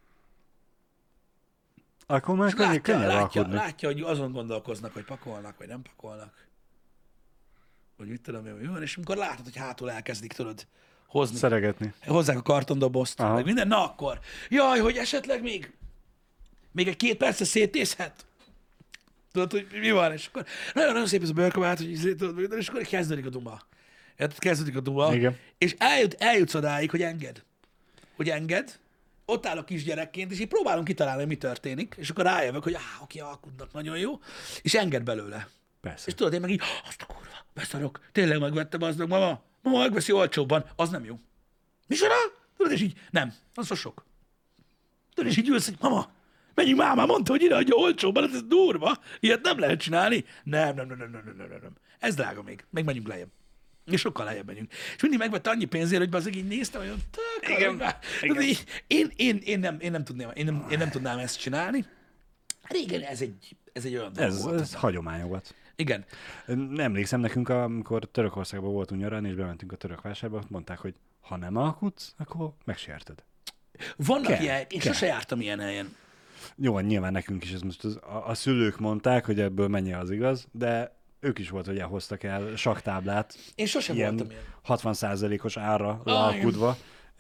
Akkor már könnyű, látja, könnyű látja, látja, hogy azon gondolkoznak, hogy pakolnak, vagy nem pakolnak. Hogy mit tudom én, mi van, és amikor látod, hogy hátul elkezdik, tudod, hozni. Szeregetni. Hozzák a kartondobozt, aha. meg minden, na akkor. Jaj, hogy esetleg még, még egy két percre szétnézhet. Tudod, hogy mi van, és akkor nagyon-nagyon szép ez a bőrkabát, hogy tudod, és akkor kezdődik a duma. Érted? Kezdődik a duma. Igen. És eljut, eljutsz odáig, hogy enged. Hogy enged. Ott áll a kisgyerekként, és így próbálunk kitalálni, hogy mi történik, és akkor rájövök, hogy áh, oké, alkudnak, nagyon jó, és enged belőle. Persze. És tudod, én meg így, azt a kurva, beszarok, tényleg megvettem aznak, mama, mama megveszi olcsóbban, az nem jó. Micsoda? Tudod, és így, nem, az for sok. Tudod, és így ülsz, hogy mama, menjünk már, már mondta, hogy ide adja olcsóbban, ez durva, ilyet nem lehet csinálni. Nem, nem, nem, nem, nem, nem, nem, nem. Ez drága még, meg menjünk lejjebb. És sokkal lejjebb megyünk. És mindig megvette annyi pénzért, hogy bazeg így néztem, hogy tök, igen, igen. Így, én, én, én, nem, én, nem tudnám, én, nem, én nem tudnám ezt csinálni. Régen ez egy, ez egy olyan ez, volt. Ez hagyomány volt. Igen. Nem emlékszem nekünk, amikor Törökországban voltunk nyaralni, és bementünk a török vásárba, mondták, hogy ha nem alkudsz, akkor megsérted. Vannak kell, ilyen, én kell. sose jártam ilyen helyen. Jó, nyilván nekünk is ez most az, a, a szülők mondták, hogy ebből mennyi az igaz, de ők is volt, hogy elhoztak el saktáblát. Én sosem ilyen voltam ilyen. hatvan százalékos árra ah, alkudva.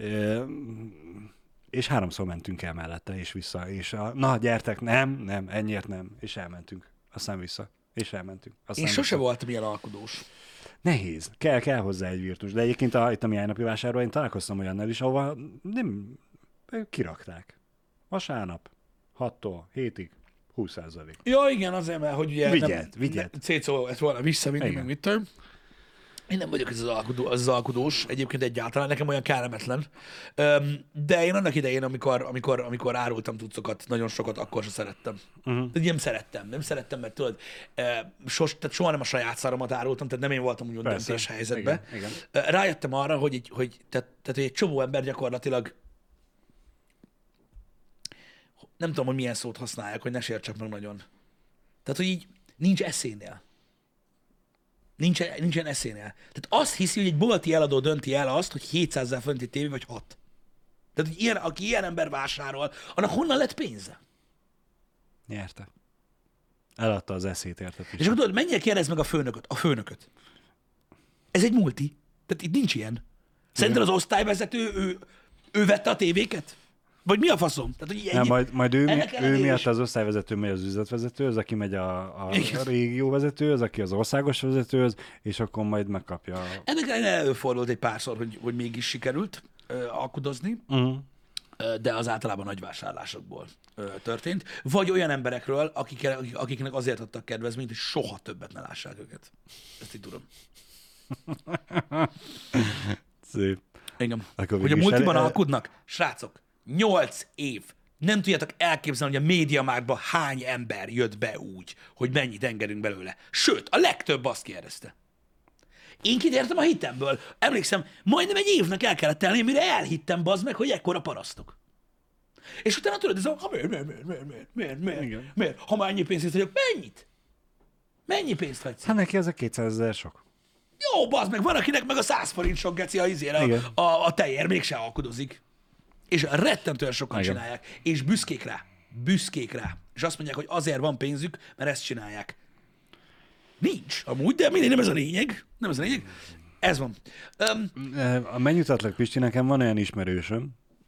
És háromszor mentünk el mellette, és vissza. És a, na, gyertek, nem, nem, ennyiért nem. És elmentünk. Aztán vissza. És elmentünk. Aztán Én sose vissza. voltam ilyen alkudós. Nehéz. Kell, kell hozzá egy virtus. De egyébként a, itt a mi napi vásárban én találkoztam olyannal is, ahova nem kirakták. Vasárnap, hattól hétig, húsz százalék. Ja, igen, azért, mert hogy ugye vigyed, nem, vigyed. cécó lett volna visszavinni, meg mit tudom. Én nem vagyok ez az, alkudó, az, az alkudós, egyébként egyáltalán, nekem olyan kellemetlen. De én annak idején, amikor, amikor, amikor árultam cuccokat, nagyon sokat, akkor sem szerettem. Uh-huh. Nem szerettem, nem szerettem, mert tudod, sos, tehát soha nem a saját szaromat árultam, tehát nem én voltam úgymond döntés helyzetben. Igen, igen. Rájöttem arra, hogy, egy, hogy, tehát, tehát, hogy egy csomó ember gyakorlatilag nem tudom, hogy milyen szót használják, hogy ne sértsek meg nagyon. Tehát, hogy így nincs eszénél. Nincsen, nincsen eszénél. Tehát azt hiszi, hogy egy bolti eladó dönti el azt, hogy hétszázezer forinti tévé vagy hat. Tehát, hogy ilyen, aki ilyen ember vásárol, annak honnan lett pénze? Nyerte. Eladta az eszét, érted? És akkor tudod, menjél kérdezd meg a főnököt. A főnököt. Ez egy multi. Tehát itt nincs ilyen. Szerinted az osztályvezető, ő, ő vette a tévéket? Vagy mi a faszom? Tehát, hogy nem, majd, majd ő, mi, ő miatt az osztályvezető megy az üzletvezető, az, aki megy a, a, a régióvezető, az, aki az országos vezető, és akkor majd megkapja. A... Ennek előfordult egy párszor, hogy, hogy mégis sikerült uh, alkudozni. Uh-huh. de az általában nagy vásárlásokból történt. Vagy olyan emberekről, akik, akiknek azért adtak kedvezményt, hogy soha többet ne lássák őket. Ezt így tudom. Szép. Igen. Hogy a multiban el... alkudnak, srácok, nyolc év. Nem tudjátok elképzelni, hogy a MediaMarktban hány ember jött be úgy, hogy mennyit engedünk belőle. Sőt, a legtöbb azt kérdezte. Én kitértem a hitemből. Emlékszem, majdnem egy évnek el kellett telni, mire elhittem, bazd meg, hogy ekkora parasztok. És utána tudod, ez a, ha miért, miért, miért, miért, miért, miért, miért, miért, miért, ha már ennyi pénzt vagyok, mennyit? Mennyi pénzt vagy? Hát neki ez a kétszázezer sok. Jó, bazd meg, van akinek meg a száz forint sok, geci, a izére, a, a, a tejér mégse alkudozik. És rettentően sokan Igen. csinálják. És büszkék rá. Büszkék rá. És azt mondják, hogy azért van pénzük, mert ezt csinálják. Nincs amúgy, de mindegy, nem ez a lényeg. Nem ez a lényeg. Ez van. Um, a mennyutatlag Pisti, nekem van olyan ismerősöm,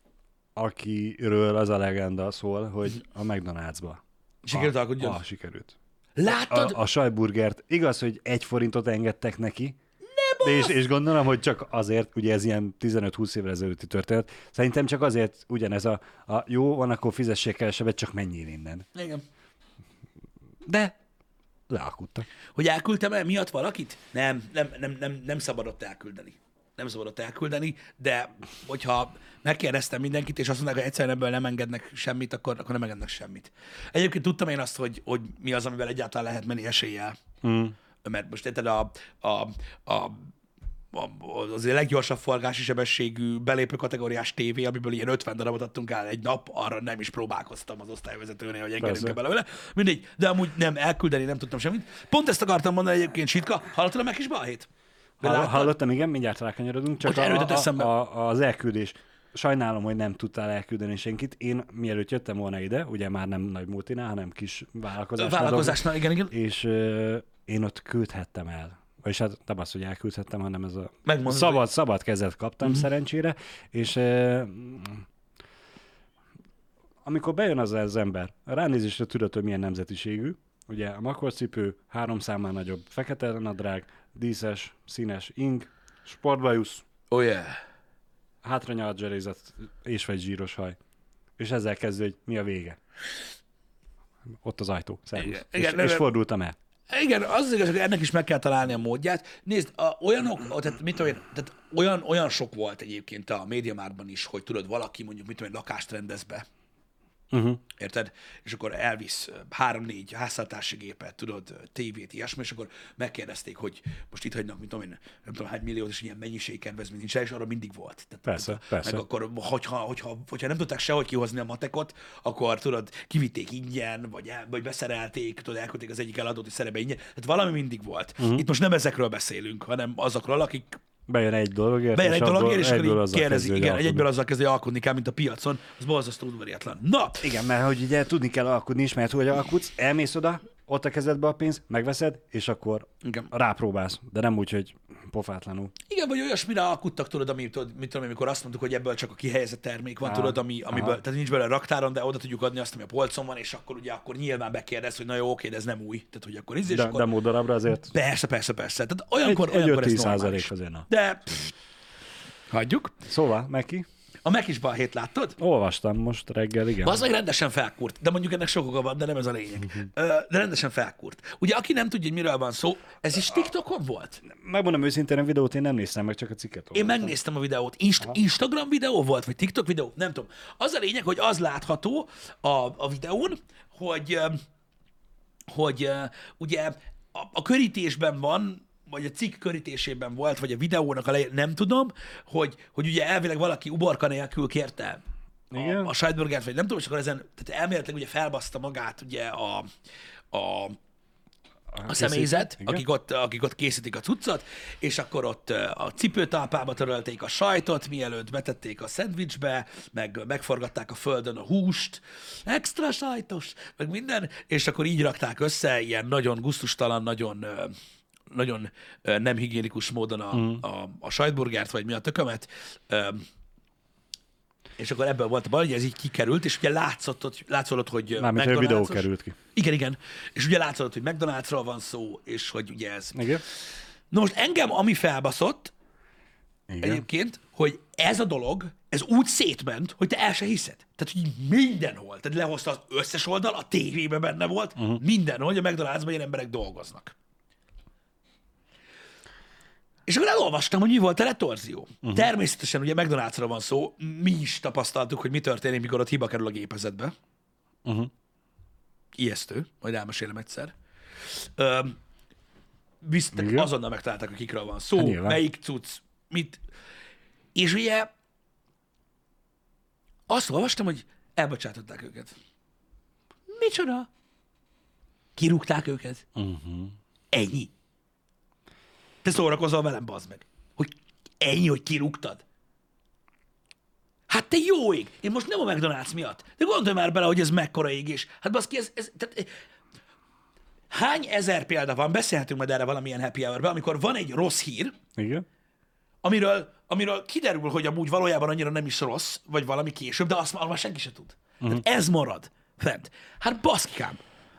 akiről az a legenda szól, hogy a McDonald'sba. Sikerült alkudjon? Ah, sikerült. Láttad? A, a sajtburgert, igaz, hogy egy forintot engedtek neki, de és, és gondolom, hogy csak azért, ugye ez ilyen tizenöt-húsz évvel ezelőtti történet, szerintem csak azért ugyanez a, a jó, van, akkor fizessék kevesebbet, csak menjél innen. Igen. De lealkudtak. Hogy elküldtem el miatt valakit? Nem, nem, nem, nem, nem szabadott elküldeni. Nem szabadott elküldeni, de hogyha megkérdeztem mindenkit, és azt mondták, hogy egyszerűen ebből nem engednek semmit, akkor, akkor nem engednek semmit. Egyébként tudtam én azt, hogy, hogy mi az, amivel egyáltalán lehet menni eséllyel. Mm. Mert most érted, a, a, a, a, az a leggyorsabb forgási sebességű belépő kategóriás tévé, amiből ilyen ötven darabot adtunk el egy nap, arra nem is próbálkoztam az osztályvezetőnél, hogy engedünk-e belőle. Mindegy, de amúgy nem elküldeni, nem tudtam semmit. Pont ezt akartam mondani egyébként, Sitka, hallottad a meg kis balhét? Hall, hallottam, igen, mindjárt rákanyarodunk, csak a, a, a, az elküldés. Sajnálom, hogy nem tudtál elküldeni senkit. Én mielőtt jöttem volna ide, ugye már nem nagy multinál, hanem kis vállalkozásnál. Vállalkozásnál, igen, igen. És uh, én ott küldhettem el. Vagyis hát nem az, hogy elküldhettem, hanem ez a Megmondod, szabad, hogy... szabad kezet kaptam uh-huh. szerencsére, és uh, amikor bejön az az ember, ránézésre tudod, hogy milyen nemzetiségű, ugye a makorcipő, három számmal nagyobb fekete nadrág, díszes, színes ing, sportbajusz, oh yeah. hátra nyaladzserézett és vagy zsíros haj. És ezzel kezdő, hogy mi a vége. Ott az ajtó. Szervusz. És, igen, és fordultam el. Igen, az igaz, hogy ennek is meg kell találni a módját. Nézd, a, olyanok, tehát, mit tudom én, tehát olyan, olyan sok volt egyébként a MediaMarktban is, hogy tudod, valaki mondjuk, mit tudom én, lakást rendez be. Uh-huh. Érted? És akkor elvisz három-négy háztartási gépet, tudod, tévét, ilyesmi, és akkor megkérdezték, hogy most itt hagynak, mint tudom én, nem tudom hány milliót, és ilyen mennyiségi kedvezmény nincs, és arra mindig volt. Tehát, persze, tudod, persze. Meg akkor, hogyha, hogyha, hogyha nem tudták sehogy kihozni a matekot, akkor tudod, kivitték ingyen, vagy, el, vagy beszerelték, tudod, elküldték az egyik eladót, és szerebe ingyen. Tehát valami mindig volt. Uh-huh. Itt most nem ezekről beszélünk, hanem azokról, akik bejön egy dologért, bejön egy dologért, és akkor így kérdezik, kezdő, igen, egyből azzal kezdő alkudni kell, mint a piacon, az borzasztó udvariatlan. Na! Igen, mert hogy ugye tudni kell alkudni is, mert hogy alkudsz, elmész oda, ott a kezedbe a pénz, megveszed, és akkor igen. rápróbálsz, de nem úgy, hogy pofátlanul. Igen, vagy olyasmire alkudtak, tudod, ami, tudod, mit tudom, amikor azt mondtuk, hogy ebből csak a kihelyezett termék van, aha, tudod, ami, amiből, aha. tehát nincs belőle raktáron, de oda tudjuk adni azt, ami a polcon van, és akkor ugye akkor nyilván bekérdez, hogy na jó, oké, de ez nem új, tehát hogy akkor íz, de, akkor... de módarabra azért. Persze, persze, persze. Tehát olyankor, egy, olyankor egy ez normális. Azért na. De pff, hagyjuk. Szóval, Meki? A meg is balhét láttad? Olvastam most reggel, igen. Az meg rendesen felkúrt, de mondjuk ennek sok oka van, de nem ez a lényeg. De rendesen felkúrt. Ugye, aki nem tudja, hogy miről van szó, ez is TikTokon volt? Megmondom őszintén, a videót én nem néztem meg, csak a cikket olvastam. Én megnéztem a videót. Inst- Instagram videó volt, vagy TikTok videó? Nem tudom. Az a lényeg, hogy az látható a, a videón, hogy, hogy ugye a, a körítésben van, vagy a cikk körítésében volt, vagy a videónak a lején, nem tudom, hogy, hogy ugye elvileg valaki uborka nélkül kérte a, a sajtburgert, vagy nem tudom, és akkor ezen, tehát elméletileg ugye felbaszta magát ugye a, a, a személyzet, akik ott, akik ott készítik a cuccot, és akkor ott a cipőtalpába törölték a sajtot, mielőtt betették a szendvicsbe, meg megforgatták a földön a húst, extra sajtos, meg minden, és akkor így rakták össze ilyen nagyon gusztustalan, nagyon nagyon nem higiénikus módon a, mm. a, a sajtburgert, vagy mi a tökömet, és akkor ebből volt a baj, hogy ez így kikerült, és ugye látszott, látszott hogy mármint a videó került ki. Igen, igen. És ugye látszott, hogy McDonald'sról van szó, és hogy ugye ez... Igen. Na most engem, ami felbaszott, Igen. Egyébként, hogy ez a dolog, ez úgy szétment, hogy te el se hiszed. Tehát, hogy mindenhol. Tehát lehozta az összes oldal, a tévében benne volt, uh-huh. mindenhol, hogy a McDonald'sban ilyen emberek dolgoznak. És akkor elolvastam, hogy mi volt a retorzió. Uh-huh. Természetesen ugye McDonald'sra van szó, mi is tapasztaltuk, hogy mi történik, mikor ott hiba kerül a gépezetbe. Uh-huh. Ijesztő, majd elmesélem egyszer. Öm, Visztek, azonnal megtalálták, hogy kikről van szó, hát melyik cucc, mit. És ugye azt olvastam, hogy elbocsátották őket. Micsoda? Kirúgták őket? Uh-huh. Ennyi. Te szórakozol velem, bazd meg. Hogy ennyi, hogy kirúgtad? Hát te jó ég! Én most nem a McDonald's miatt. De gondolj már bele, hogy ez mekkora égés. Hát baszki, ez... ez tehát, hány ezer példa van, beszélhetünk majd erre valamilyen happy hour-ben, amikor van egy rossz hír, Igen. amiről, amiről kiderül, hogy amúgy valójában annyira nem is rossz, vagy valami később, de azt már, már senki se tud. Uh-huh. Tehát ez marad fent. Hát baszkikám.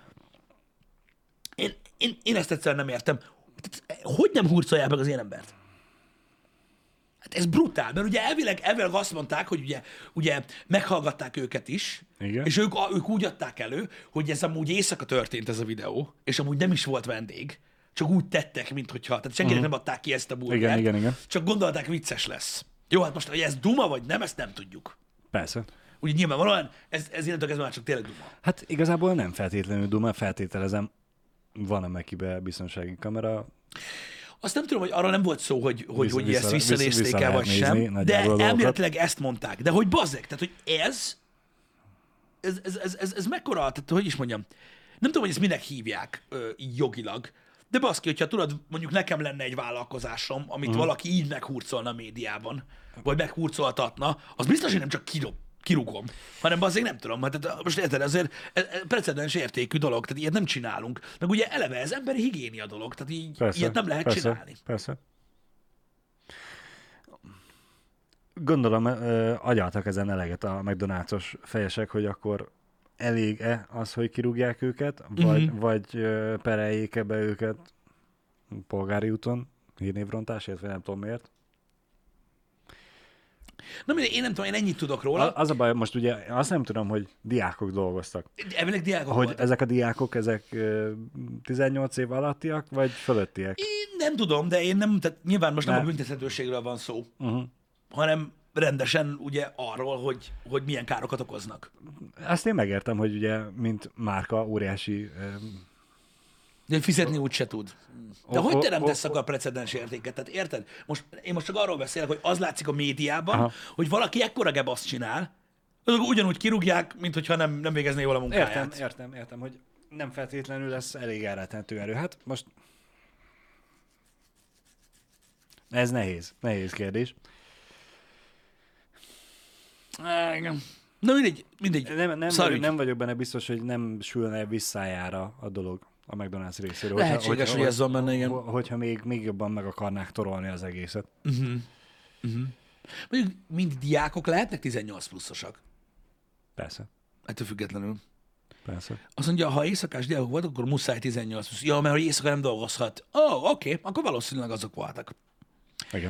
Én, én, én ezt egyszerűen nem értem. Tehát, hogy nem hurcolják meg az ilyen embert? Hát ez brutál, mert ugye elvileg, elvileg azt mondták, hogy ugye, ugye meghallgatták őket is, igen. és ők, ők úgy adták elő, hogy ez amúgy éjszaka történt ez a videó, és amúgy nem is volt vendég, csak úgy tettek, minthogyha, tehát senkinek uh-huh. nem adták ki ezt a burgert, igen, igen, igen. csak gondolták, vicces lesz. Jó, hát most, hogy ez duma vagy nem, ezt nem tudjuk. Persze. Ugye nyilvánvalóan ez, ez innentől kezdve már csak tényleg duma. Hát igazából nem feltétlenül duma, feltételezem, van a Mekibe biztonsági kamera. Azt nem tudom, hogy arra nem volt szó, hogy, hogy, Vissza, hogy ezt vissza, visszanézték vissza el, vagy nézni, sem, de elméletileg ezt mondták. De hogy bazzeg, tehát hogy ez, ez, ez, ez, ez, ez mekkora, tehát hogy is mondjam, nem tudom, hogy ezt minek hívják ö, jogilag, de baszki, hogyha tudod, mondjuk nekem lenne egy vállalkozásom, amit uh-huh. valaki így meghurcolna a médiában, vagy meghurcoltatna, az biztos, hogy nem csak kidob. kirúgom, hanem azért nem tudom, hát most érted, azért precedens értékű dolog, tehát ilyet nem csinálunk. Meg ugye eleve ez emberi higiénia dolog, tehát így, persze, ilyet nem lehet persze, csinálni. Persze. Gondolom, agyaltak ezen eleget a McDonald's-os fejesek, hogy akkor elég-e az, hogy kirúgják őket, vagy, uh-huh. vagy pereljék-e be őket polgári úton, hírnévrontásért, vagy nem tudom miért. Na mindegy, én nem tudom, én ennyit tudok róla. Az a baj, most ugye azt nem tudom, hogy diákok dolgoztak. Elvileg diákok Hogy voltak. ezek a diákok, ezek tizennyolc év alattiak, vagy fölöttiek? Én nem tudom, de én nem, tehát nyilván most nem, nem a büntethetőségről van szó, uh-huh. hanem rendesen ugye arról, hogy, hogy milyen károkat okoznak. Ezt én megértem, hogy ugye, mint márka, óriási... De fizetni úgy se tud. De oh, hogy teremtesz oh, oh, akkor precedens értéket? Tehát érted? Most, én most csak arról beszélek, hogy az látszik a médiában, aha. hogy valaki ekkora gebaszt csinál, azok ugyanúgy kirúgják, mint hogyha nem, nem végezné jól a munkáját. Értem, értem, értem, hogy nem feltétlenül lesz elég elretentő erő. Hát most... Ez nehéz. Nehéz kérdés. Igen. Na mindegy, mindegy. Nem, nem, vagyok, nem vagyok benne biztos, hogy nem sülne visszájára a dolog a McDonald's részéről. Lehetséges, hogyha, hogy ez van benne, igen. Hogyha még, még jobban meg akarnák torolni az egészet. Uh-huh. Uh-huh. Mondjuk mind diákok lehetnek tizennyolc pluszosak. Persze. Ettől függetlenül. Persze. Azt mondja, ha éjszakás diákok voltak, akkor muszáj tizennyolc plusz. Ja, mert hogy éjszaka nem dolgozhat. Ó, oh, oké, okay. Akkor valószínűleg azok voltak. Igen.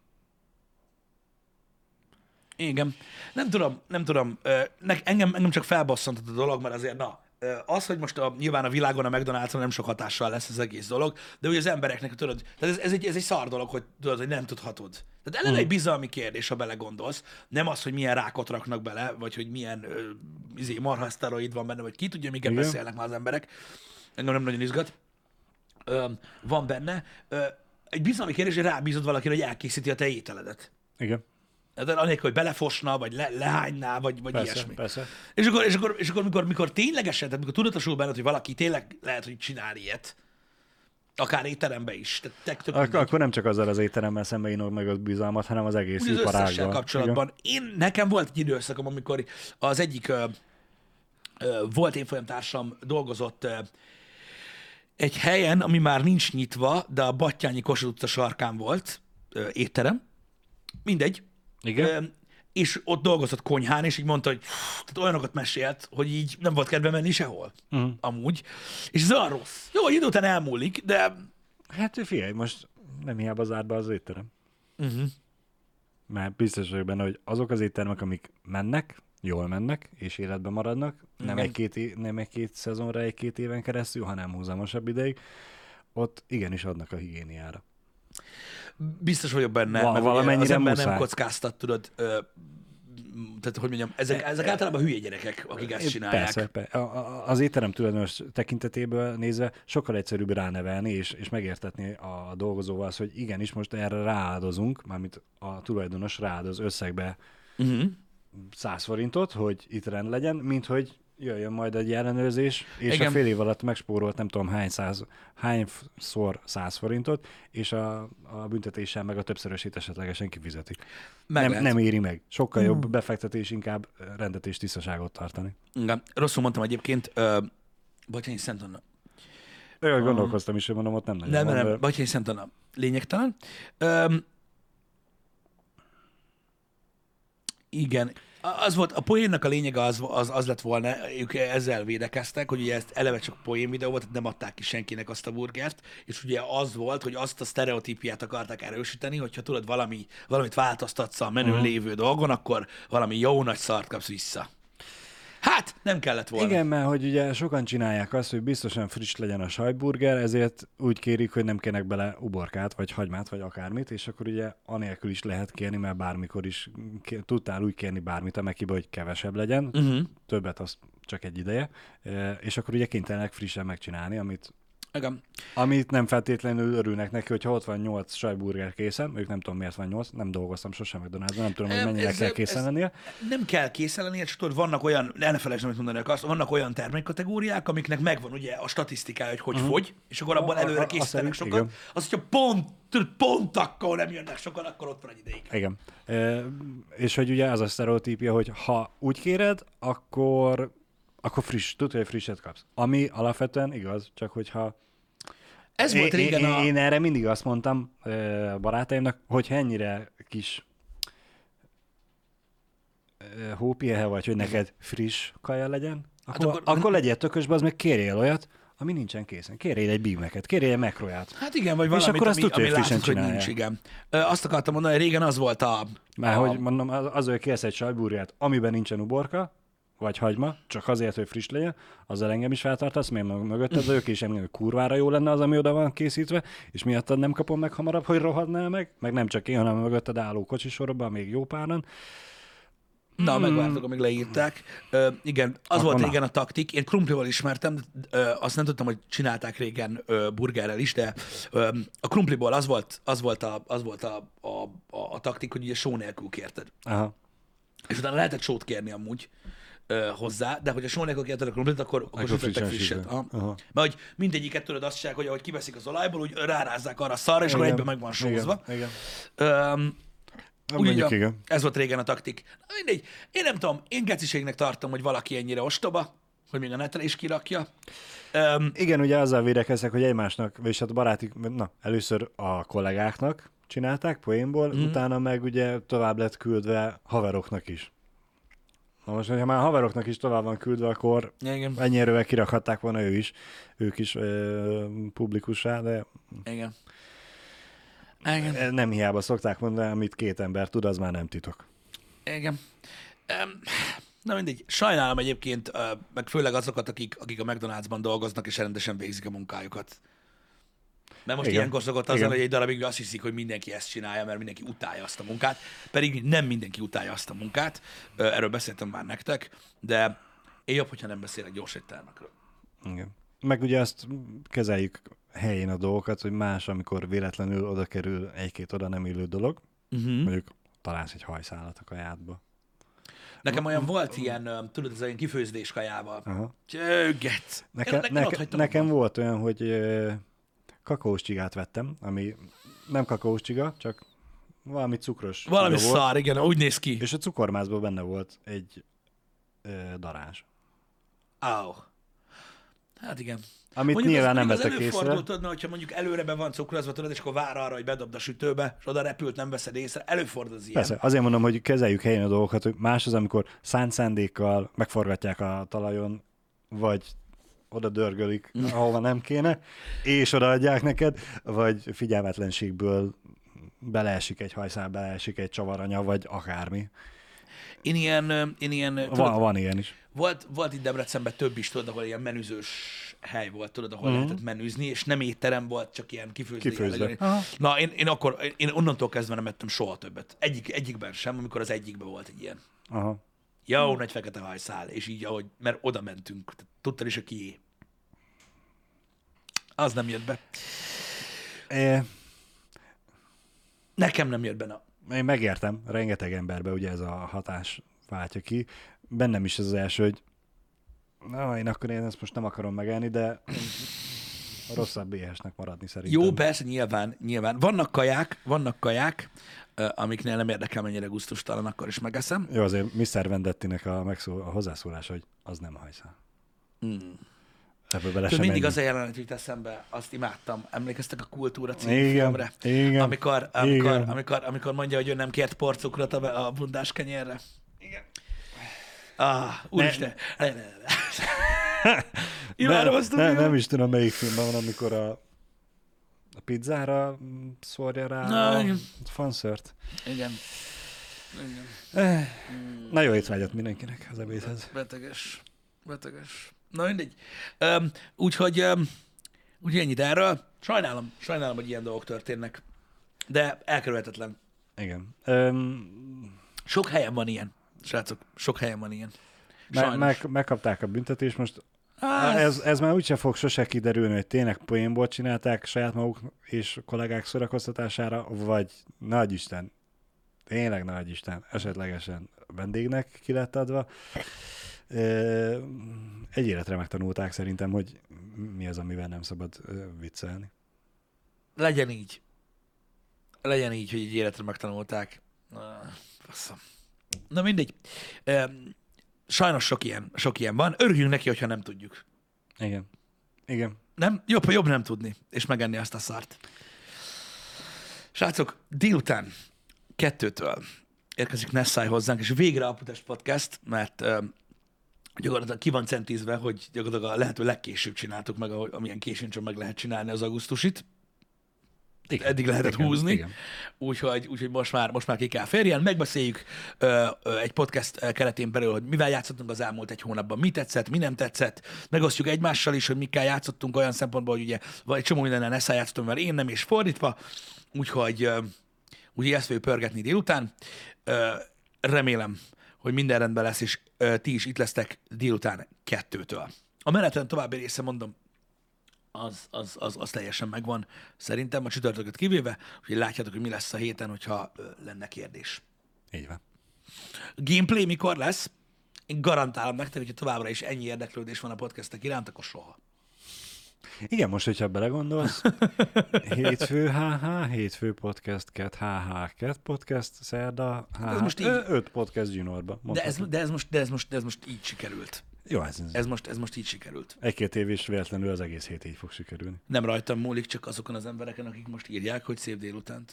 Igen. Nem tudom, nem tudom. Ne, engem, engem csak felbasszantott a dolog, mert azért, na, az, hogy most a, nyilván a világon a McDonald's-on nem sok hatással lesz az egész dolog, de ugye az embereknek, tudod, tehát ez, ez, egy, ez egy szar dolog, hogy tudod, hogy nem tudhatod. Tehát eleve mm. egy bizalmi kérdés, ha belegondolsz. Nem az, hogy milyen rákot raknak bele, vagy hogy milyen ö, izé, marhaszteroid van benne, vagy ki tudja, miket igen. beszélnek már az emberek. Engem nem nagyon izgat. Ö, van benne. Ö, egy bizalmi kérdés, hogy rábízod valakire, hogy elkészíti a te ételedet. Igen. De anélkül, hogy belefosna, vagy le, lehányná, vagy, vagy persze, ilyesmi. Persze. És akkor, és akkor, és akkor mikor, mikor ténylegesen, tehát mikor tudatosul benned, hogy valaki tényleg lehet, hogy csinál ilyet, akár étteremben is. Tehát tök Ak- akkor nem csak azzal az étteremmel szemben inog meg az bizalmat, hanem az egész úgy iparágban. Az összessel kapcsolatban. Én, nekem volt egy időszakom, amikor az egyik ö, ö, volt évfolyamtársam dolgozott ö, egy helyen, ami már nincs nyitva, de a Battyányi Kossuth utca sarkán volt ö, étterem. Mindegy. Igen. Ö, és ott dolgozott konyhán, és így mondta, hogy tehát olyanokat mesélt, hogy így nem volt kedve menni sehol. Uh-huh. Amúgy. És ez olyan rossz. Jó, idő után elmúlik, de... Hát figyelj, most nem hiába zárt be az étterem. Uh-huh. mert biztos vagyok benne, hogy azok az éttermek, amik mennek, jól mennek, és életben maradnak, nem egy-két, nem egy-két szezonra, egy-két éven keresztül, hanem húzamosabb ideig, ott igenis adnak a higiéniára. Biztos vagyok benne, Va- mert valamennyire az ember muszáj. nem kockáztat, tudod, ö, tehát hogy mondjam, ezek, ezek általában hülye gyerekek, akik ezt csinálják. Persze, persze. Az étterem tulajdonos tekintetéből nézve sokkal egyszerűbb ránevelni és, és megértetni a dolgozóval az, hogy igenis most erre rááldozunk, mármint a tulajdonos rááldoz összegbe Uh-huh. száz forintot, hogy itt rend legyen, mint hogy jöjjön majd egy ellenőrzés, és Igen. a fél év alatt megspórolt nem tudom hány száz, hányszor száz forintot, és a, a büntetéssel meg a többszörösét esetlegesen kifizeti. Nem, nem éri meg. Sokkal jobb Mm. befektetés, inkább rendet és tisztaságot tartani. Igen. Rosszul mondtam egyébként, uh, Batyányi Szent Anna. Olyan gondolkoztam is, hogy mondom, ott nem nagyon Nem, van, nem, de- nem, Batyányi Szent Anna. Lényegtelen. Um, igen. Az volt, a poénnak a lényege az, az, az lett volna, ők ezzel védekeztek, hogy ugye ezt eleve csak poén videó volt, nem adták ki senkinek azt a burgert, és ugye az volt, hogy azt a sztereotípiát akarták erősíteni, hogyha tudod valami, valamit változtatsz a menün Mhm. lévő dolgon, akkor valami jó nagy szart kapsz vissza. Hát, nem kellett volna. Igen, mert hogy ugye sokan csinálják azt, hogy biztosan friss legyen a sajtburger, ezért úgy kérik, hogy nem kérnek bele uborkát, vagy hagymát, vagy akármit, és akkor ugye anélkül is lehet kérni, mert bármikor is ké- tudtál úgy kérni bármit a Mekibe, hogy kevesebb legyen, Uh-huh. többet az csak egy ideje, e, és akkor ugye kénytelenek frissen megcsinálni, amit, Igen. amit nem feltétlenül örülnek neki, hogyha ott van nyolc sajtburger készen, ők nem tudom miért van nyolc, nem dolgoztam sosem McDonald's-ban, nem tudom, hogy Em, mennyire ez- kell ez- készen lennie. Nem kell készen lennie, csak tudod, vannak olyan, ne felejtsd, amit mondanak azt, vannak olyan termékkategóriák, amiknek megvan ugye a statisztikája, hogy hogy uh-huh. fogy, és akkor abban A- a- előre a- készítenek azt sokat. szerint, Az, hogyha pont, tudod, pont akkor nem jönnek sokan, akkor ott van egy ideig. Igen. E, és hogy ugye az a sztereotípia, hogy ha úgy kéred, akkor, akkor friss, tudod, hogy frisset kapsz. Ami alapvetően igaz, csak hogyha Ez volt én, régen én, a... én erre mindig azt mondtam e, a barátaimnak, hogy ennyire kis e, hópiehe vagy, hogy neked friss kaja legyen, akkor, akkor- akkor, akkor legyél tökösbe, az meg kérjél olyat, ami nincsen készen. Kérjél egy Big Mac-et, kérjél egy McRoyát. Hát igen, vagy És valamit, akkor azt ami, tudja, ami hogy frissen látszik, hogy csinálják. nincs, igen. Ö, azt akartam mondani, hogy régen az volt a... Már a... hogy mondom, az, az hogy kérsz egy sajtburgert, amiben nincsen uborka, vagy hagyma, csak azért, hogy friss legyen, azzal engem is feltartasz, mert meg mögötted vagyok, és engem kurvára jó lenne az, ami oda van készítve, és miattad nem kapom meg hamarabb, hogy rohadnál meg, meg nem csak én, hanem a mögötted álló kocsisorban még jó páran. Na, Hmm. megvártok, amíg leírták. Ö, igen, az Akkor volt na. régen a taktik. Én krumplival ismertem, de, ö, azt nem tudtam, hogy csinálták régen ö, burgerrel is, de ö, a krumpliból az volt, az volt, a, az volt a, a, a, a taktik, hogy ugye só nélkül kérted. Aha. És utána lehetett sót kérni amúgy ö, hozzá, de hogyha só nélkül kérted a krumplit, akkor, akkor, Akkor sütöttek frissen frisset. sütve. Aha. Aha. Mert hogy mindegyiket tudod azt csinálják, hogy ahogy kiveszik az olajból, úgy rárázzák arra a szarra, és akkor Igen, egyben meg van sózva. Igen, igen. Öm, Na, Úgy, mondjuk ugye, igen. ez volt régen a taktik. Na mindegy, én nem tudom, én geciségnek tartom, hogy valaki ennyire ostoba, hogy még a netre is kirakja. Um, Igen, ugye azzal védekeztek, hogy egymásnak, vagyis hát a barátik, na, először a kollégáknak csinálták poénból, Mhm. mm. utána meg ugye tovább lett küldve haveroknak is. Na most, hogyha már haveroknak is tovább van küldve, akkor igen, ennyi erővel kirakhatták volna ő is, ők is ö, publikussá, de igen. Igen, nem hiába szokták mondani, amit két ember tud, az már nem titok. igen. Um, na mindegy, sajnálom egyébként, uh, meg főleg azokat, akik, akik a McDonald'sban dolgoznak, és rendesen végzik a munkájukat. Mert most Igen. ilyenkor szokott az Igen. lenni, hogy egy darabig azt hiszik, hogy mindenki ezt csinálja, mert mindenki utálja azt a munkát. Pedig nem mindenki utálja azt a munkát. Ö, Erről beszéltem már nektek, de én jobb, hogyha nem beszélek gyors éttermekről. Igen. Meg ugye azt kezeljük helyén a dolgokat, hogy más, amikor véletlenül oda kerül egy-két oda nem illő dolog, Uh-huh. mondjuk találsz egy hajszálat a kajádba. Nekem olyan volt ilyen, ö, tudod, ez olyan kifőzdés kajával. Aha. Csögget. Nekem, Én- neke, ott hagytam nekem abba. volt olyan, hogy ö, kakaós csigát vettem, ami nem kakaós csiga, csak valami cukros Valami csiga volt, szar, igen, úgy néz ki. és a cukormászban benne volt egy ö, darázs. Áó. Hát igen. Amit Mondjuk nyilván az, nem mondjuk vettek az észre. előfordul, tudna, hogyha mondjuk előre be van cukrozva, tudod, és akkor vár arra, hogy bedobd a sütőbe, és oda repült, nem veszed észre. Előfordul az ilyen. Persze, azért mondom, hogy kezeljük helyén a dolgokat, hogy más az, amikor szánt szándékkal megforgatják a talajon, vagy oda dörgölik, ahova nem kéne, és odaadják neked, vagy figyelmetlenségből beleesik egy hajszál, beleesik egy csavaranya, vagy akármi. Én ilyen... Én ilyen van, tudod, van ilyen is. Volt, volt itt Debrecenben több is, tudod, ahol ilyen menüzős hely volt, tudod, ahol uh-huh. lehetett menüzni, és nem étterem volt, csak ilyen kifőző. Kifőzve. Na, én, én akkor, én onnantól kezdve nem ettem soha többet. Egyik, egyikben sem, amikor az egyikben volt egy ilyen. Aha. Jó, nagy fekete hajszál, és így, ahogy, mert oda mentünk, tudtad is, a kié. Az nem jött be. É... Nekem nem jött be, na. Én megértem, rengeteg emberbe ugye ez a hatás váltja ki. Bennem is ez az első, hogy na, én akkor én ezt most nem akarom megelni, de rosszabb éhesnek maradni szerintem. Jó, persze, nyilván, nyilván. Vannak kaják, vannak kaják, amiknél nem érdekel, mennyire gusztustalan, akkor is megeszem. Jó, azért miszter Vendettinek a, megszól, a hozzászólása, hogy az nem hajszál. Mm. Ebből bele mindig menni. az a jelenet jut eszembe, azt imádtam. Emlékeztek a Kultúra című igen, filmre? Igen, amikor, amikor, igen. amikor, amikor mondja, hogy ő nem kért porcukrot a, a bundás kenyérre. Igen. Ah, úristen. Ne, ne, ne, ne. Imádom azt a ne, nem is tudom, melyik filmben van, amikor a, a pizzára szórja rá Na, a igen. fanszört. Igen. Igen. Eh, na jó étvágyat mindenkinek az ebédhez. Beteges. Beteges. Na mindegy. Um, úgyhogy, um, úgyhogy ennyit erről. Sajnálom, sajnálom, hogy ilyen dolgok történnek. De elkerülhetetlen. Igen. Um, Sok helyen van ilyen. Srácok, sok helyen van ilyen. me- meg, megkapták a büntetést, most Ah, ez, ez már úgyse fog sose kiderülni, hogy tényleg poénból csinálták saját maguk és kollégák szórakoztatására, vagy nagyisten, tényleg nagyisten, esetlegesen vendégnek ki lett adva. Egy életre megtanulták szerintem, hogy mi az, amivel nem szabad viccelni. legyen így. Legyen így, hogy egy életre megtanulták. Na, faszom. Na mindegy. Um, Sajnos sok ilyen, sok ilyen van. Örüljünk neki, hogyha nem tudjuk. Igen. Igen. Nem? Jobb, jobb nem tudni, és megenni azt a szart. Srácok, délután kettőtől érkezik Nessai hozzánk, és végre a Putest Podcast, mert um, gyakorlatilag ki van centízve, hogy gyakorlatilag a lehető legkésőbb csináltuk meg, ahogy, amilyen későn csak meg lehet csinálni az augusztusit. Igen, eddig lehetett igen, húzni, igen. Úgyhogy, úgyhogy most, már, most már ki kell férjen. Megbeszéljük ö, ö, egy podcast keretén belül, hogy mivel játszottunk az elmúlt egy hónapban, mi tetszett, mi nem tetszett. Megosztjuk egymással is, hogy mikkel játszottunk olyan szempontból, hogy ugye vagy egy csomó mindennel Nessai játszottunk, mert én nem, és fordítva. Úgyhogy, ö, úgyhogy ezt fogjuk pörgetni délután. Ö, remélem, hogy minden rendben lesz, és ö, ti is itt lesztek délután kettőtől. A menetrend további része, mondom, Az, az, az, az teljesen megvan, szerintem a csütörtököt kivéve, hogy látjátok, hogy mi lesz a héten, hogyha ö, lenne kérdés. Így van. Gameplay mikor lesz? Én garantálom nektek, hogyha továbbra is ennyi érdeklődés van a podcastek iránt, akkor soha. Igen, most, hogyha belegondolsz, hétfő há há, hétfő podcast, kett há há, kett podcast, szerda há há, ez most így... öt podcast juniorba. De ez, de, ez most, de, ez most, de ez most így sikerült. Jó, ez, ez. Ez, most, ez most így sikerült. Egy-két év is véletlenül az egész hét így fog sikerülni. Nem rajtam múlik, csak azokon az embereken, akik most írják, hogy szép délutánt.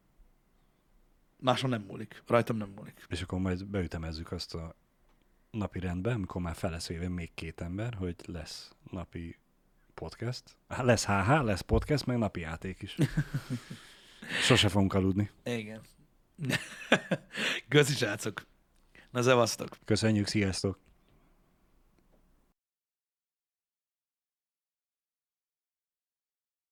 Máson nem múlik. Rajtam nem múlik. És akkor majd beütemezzük azt a napi rendbe, amikor már fel lesz véve még két ember, hogy lesz napi podcast. Lesz há há, lesz podcast, meg napi játék is. Sose fogunk aludni. Igen. Köszi, srácok. Na, szevasztok. Köszönjük, sziasztok.